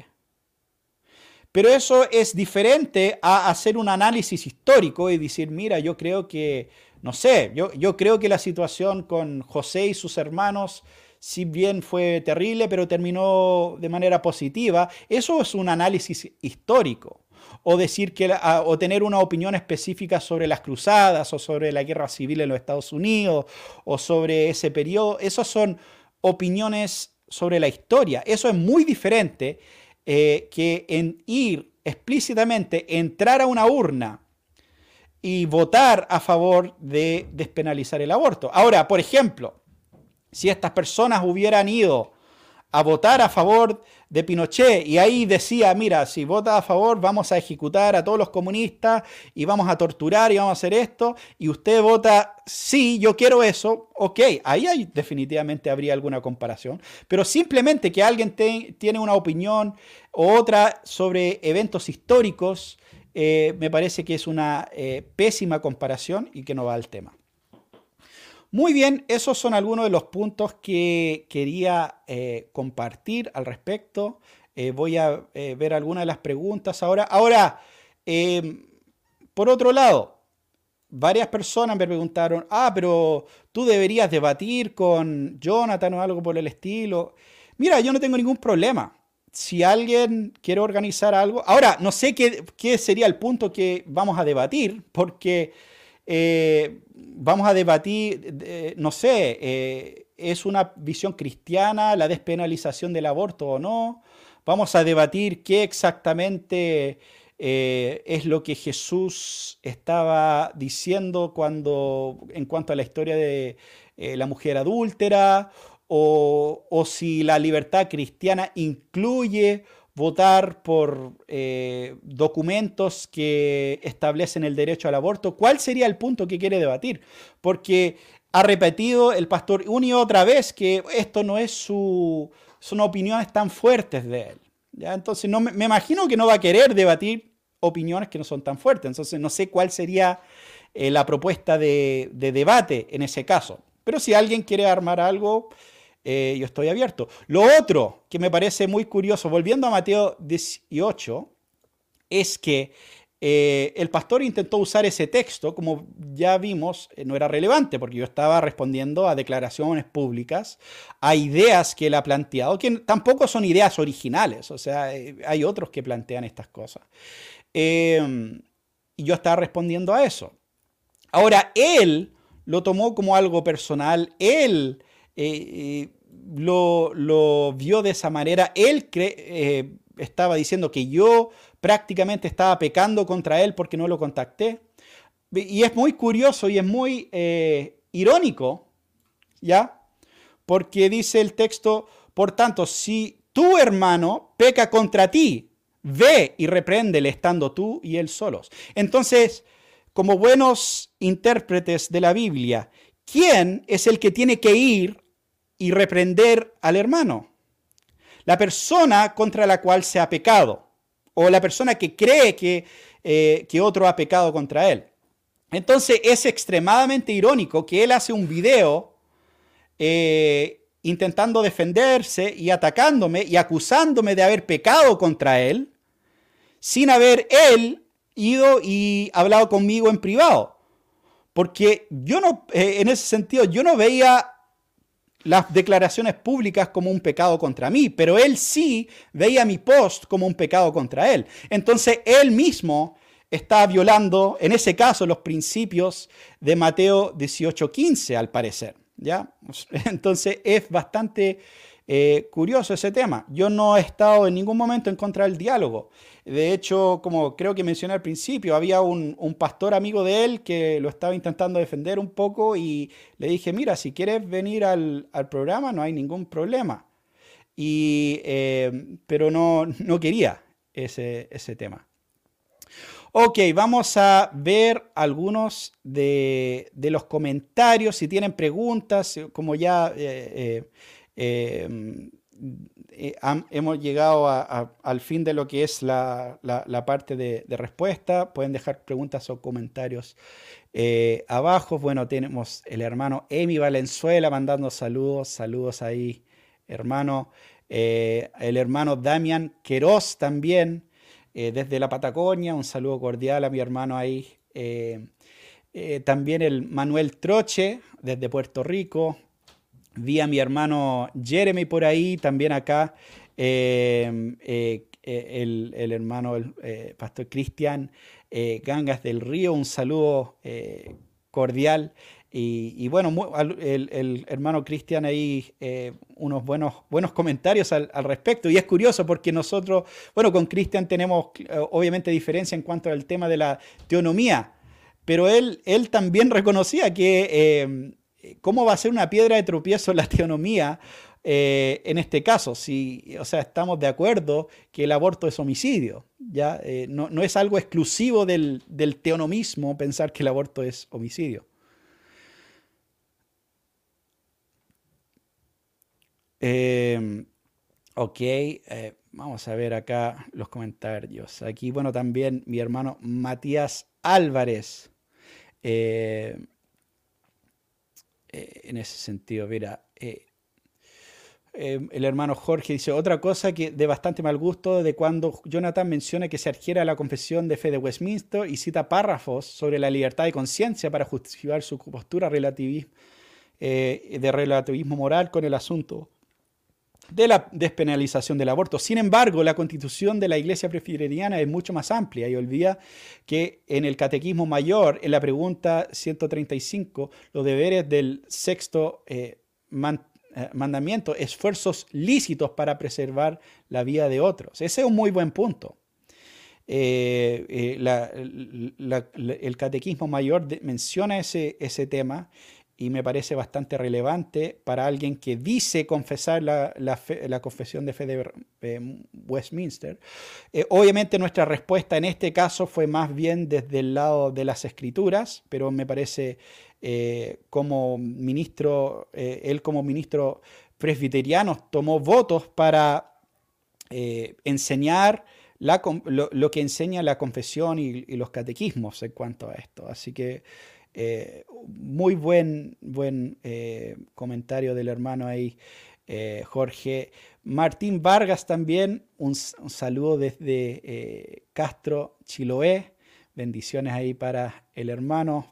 Pero eso es diferente a hacer un análisis histórico y decir, mira, yo creo que, no sé, yo creo que la situación con José y sus hermanos, si bien fue terrible, pero terminó de manera positiva. Eso es un análisis histórico. O decir o tener una opinión específica sobre las cruzadas o sobre la guerra civil en los Estados Unidos o sobre ese periodo. Esas son opiniones sobre la historia. Eso es muy diferente que en ir explícitamente, entrar a una urna y votar a favor de despenalizar el aborto. Ahora, por ejemplo, si estas personas hubieran ido a votar a favor de Pinochet y ahí decía, mira, si votas a favor vamos a ejecutar a todos los comunistas y vamos a torturar y vamos a hacer esto, y usted vota sí, yo quiero eso, ok, ahí definitivamente habría alguna comparación, pero simplemente que alguien tiene una opinión o otra sobre eventos históricos, me parece que es una pésima comparación y que no va al tema. Muy bien, esos son algunos de los puntos que quería compartir al respecto. Voy a ver algunas de las preguntas ahora. Ahora, eh, por otro lado, varias personas me preguntaron, pero tú deberías debatir con Jonathan o algo por el estilo. Mira, yo no tengo ningún problema. Si alguien quiere organizar algo, ahora no sé qué sería el punto que vamos a debatir, porque vamos a debatir, no sé, ¿es una visión cristiana la despenalización del aborto o no? Vamos a debatir qué exactamente es lo que Jesús estaba diciendo en cuanto a la historia de la mujer adúltera, o si la libertad cristiana incluye votar por documentos que establecen el derecho al aborto. ¿Cuál sería el punto que quiere debatir? Porque ha repetido el pastor una y otra vez que esto no es son opiniones tan fuertes de él. ¿Ya? Entonces me imagino que no va a querer debatir opiniones que no son tan fuertes. Entonces no sé cuál sería la propuesta de debate en ese caso. Pero si alguien quiere armar algo, yo estoy abierto. Lo otro que me parece muy curioso, volviendo a Mateo 18, es que el pastor intentó usar ese texto, como ya vimos, no era relevante, porque yo estaba respondiendo a declaraciones públicas, a ideas que él ha planteado, que tampoco son ideas originales, o sea, hay otros que plantean estas cosas. Y yo estaba respondiendo a eso. Ahora, él lo tomó como algo personal, él lo vio de esa manera, él estaba diciendo que yo prácticamente estaba pecando contra él porque no lo contacté. Y es muy curioso y es muy irónico, ¿ya? Porque dice el texto, por tanto, si tu hermano peca contra ti, ve y repréndele estando tú y él solos. Entonces, como buenos intérpretes de la Biblia, ¿quién es el que tiene que ir y reprender al hermano? La persona contra la cual se ha pecado, o la persona que cree que otro ha pecado contra él. Entonces es extremadamente irónico que él hace un video intentando defenderse y atacándome y acusándome de haber pecado contra él, sin haber él ido y hablado conmigo en privado. Porque yo no, en ese sentido, yo no veía las declaraciones públicas como un pecado contra mí, pero él sí veía mi post como un pecado contra él. Entonces él mismo está violando, en ese caso, los principios de Mateo 18:15, al parecer. ¿Ya? Entonces es bastante curioso ese tema. Yo no he estado en ningún momento en contra del diálogo. De hecho, como creo que mencioné al principio, había un pastor amigo de él que lo estaba intentando defender un poco y le dije, mira, si quieres venir al programa no hay ningún problema. Pero no quería ese tema. Ok, vamos a ver algunos de los comentarios. Si tienen preguntas, como ya hemos llegado al fin de lo que es la parte de respuesta. Pueden dejar preguntas o comentarios abajo. Bueno, tenemos el hermano Emi Valenzuela mandando saludos. Saludos ahí, hermano. El hermano Damián Queiroz también. Desde la Patagonia, un saludo cordial a mi hermano ahí. También el Manuel Troche, desde Puerto Rico. Vi a mi hermano Jeremy por ahí, también acá. El hermano, pastor Cristian Gangas del Río, un saludo cordial. Y bueno, el hermano Cristian ahí, unos buenos comentarios al respecto. Y es curioso porque nosotros, bueno, con Cristian tenemos obviamente diferencia en cuanto al tema de la teonomía, pero él también reconocía que cómo va a ser una piedra de tropiezo la teonomía en este caso. Si, o sea, estamos de acuerdo que el aborto es homicidio, ¿ya? No es algo exclusivo del teonomismo pensar que el aborto es homicidio. Eh, ok, vamos a ver acá los comentarios. Aquí, bueno, también mi hermano Matías Álvarez. Eh, en ese sentido. Mira, el hermano Jorge dice, otra cosa que de bastante mal gusto de cuando Jonathan menciona que se adhiere a la Confesión de Fe de Westminster y cita párrafos sobre la libertad de conciencia para justificar su postura de relativismo moral con el asunto de la despenalización del aborto. Sin embargo, la constitución de la Iglesia Presbiteriana es mucho más amplia y olvida que en el Catequismo Mayor, en la pregunta 135, los deberes del sexto mandamiento, esfuerzos lícitos para preservar la vida de otros. Ese es un muy buen punto. El Catequismo Mayor menciona ese tema y me parece bastante relevante para alguien que dice confesar la confesión de fe de Westminster. Obviamente nuestra respuesta en este caso fue más bien desde el lado de las escrituras, pero me parece como ministro, él como ministro presbiteriano tomó votos para enseñar lo que enseña la confesión y los catequismos en cuanto a esto. Así que muy buen comentario del hermano ahí, Jorge. Martín Vargas también, un saludo desde Castro, Chiloé. Bendiciones ahí para el hermano.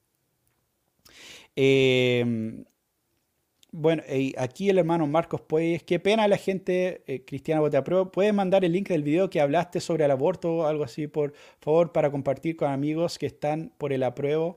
Bueno, aquí el hermano Marcos Pueyes, qué pena la gente cristiana Boteapro. ¿Puedes mandar el link del video que hablaste sobre el aborto o algo así, por favor, para compartir con amigos que están por el apruebo?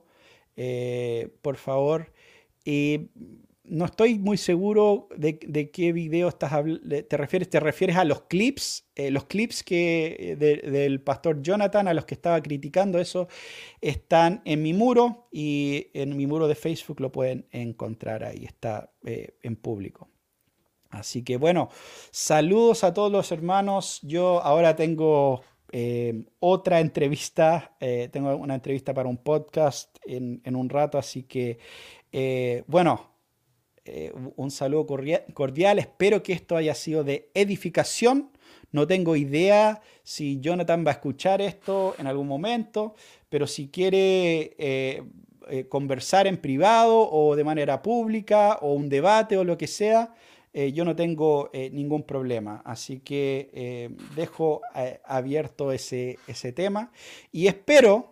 Por favor. Y no estoy muy seguro de qué video te refieres. ¿Te refieres a los clips? Los clips del pastor Jonathan, a los que estaba criticando eso, están en mi muro y en mi muro de Facebook lo pueden encontrar ahí. Está en público. Así que bueno, saludos a todos los hermanos. Yo ahora tengo otra entrevista, tengo una entrevista para un podcast en un rato, así que bueno, un saludo cordial, espero que esto haya sido de edificación. No tengo idea si Jonathan va a escuchar esto en algún momento, pero si quiere conversar en privado o de manera pública o un debate o lo que sea, yo no tengo ningún problema. Así que dejo abierto ese tema y espero,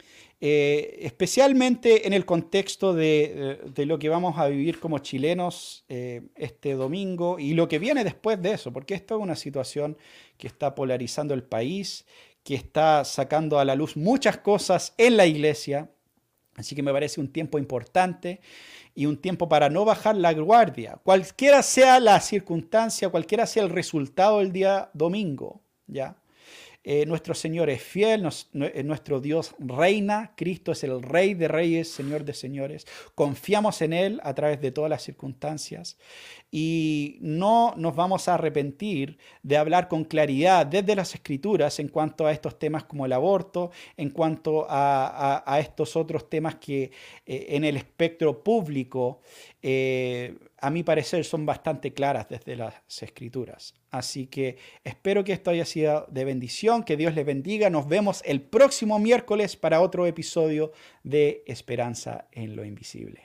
especialmente en el contexto de lo que vamos a vivir como chilenos este domingo y lo que viene después de eso, porque esto es una situación que está polarizando el país, que está sacando a la luz muchas cosas en la iglesia. Así que me parece un tiempo importante y un tiempo para no bajar la guardia, cualquiera sea la circunstancia, cualquiera sea el resultado del día domingo, ¿ya? Nuestro Señor es fiel, nuestro Dios reina, Cristo es el Rey de Reyes, Señor de Señores. Confiamos en Él a través de todas las circunstancias y no nos vamos a arrepentir de hablar con claridad desde las Escrituras en cuanto a estos temas como el aborto, en cuanto a estos otros temas que en el espectro público, a mi parecer, son bastante claras desde las Escrituras. Así que espero que esto haya sido de bendición, que Dios les bendiga. Nos vemos el próximo miércoles para otro episodio de Esperanza en lo Invisible.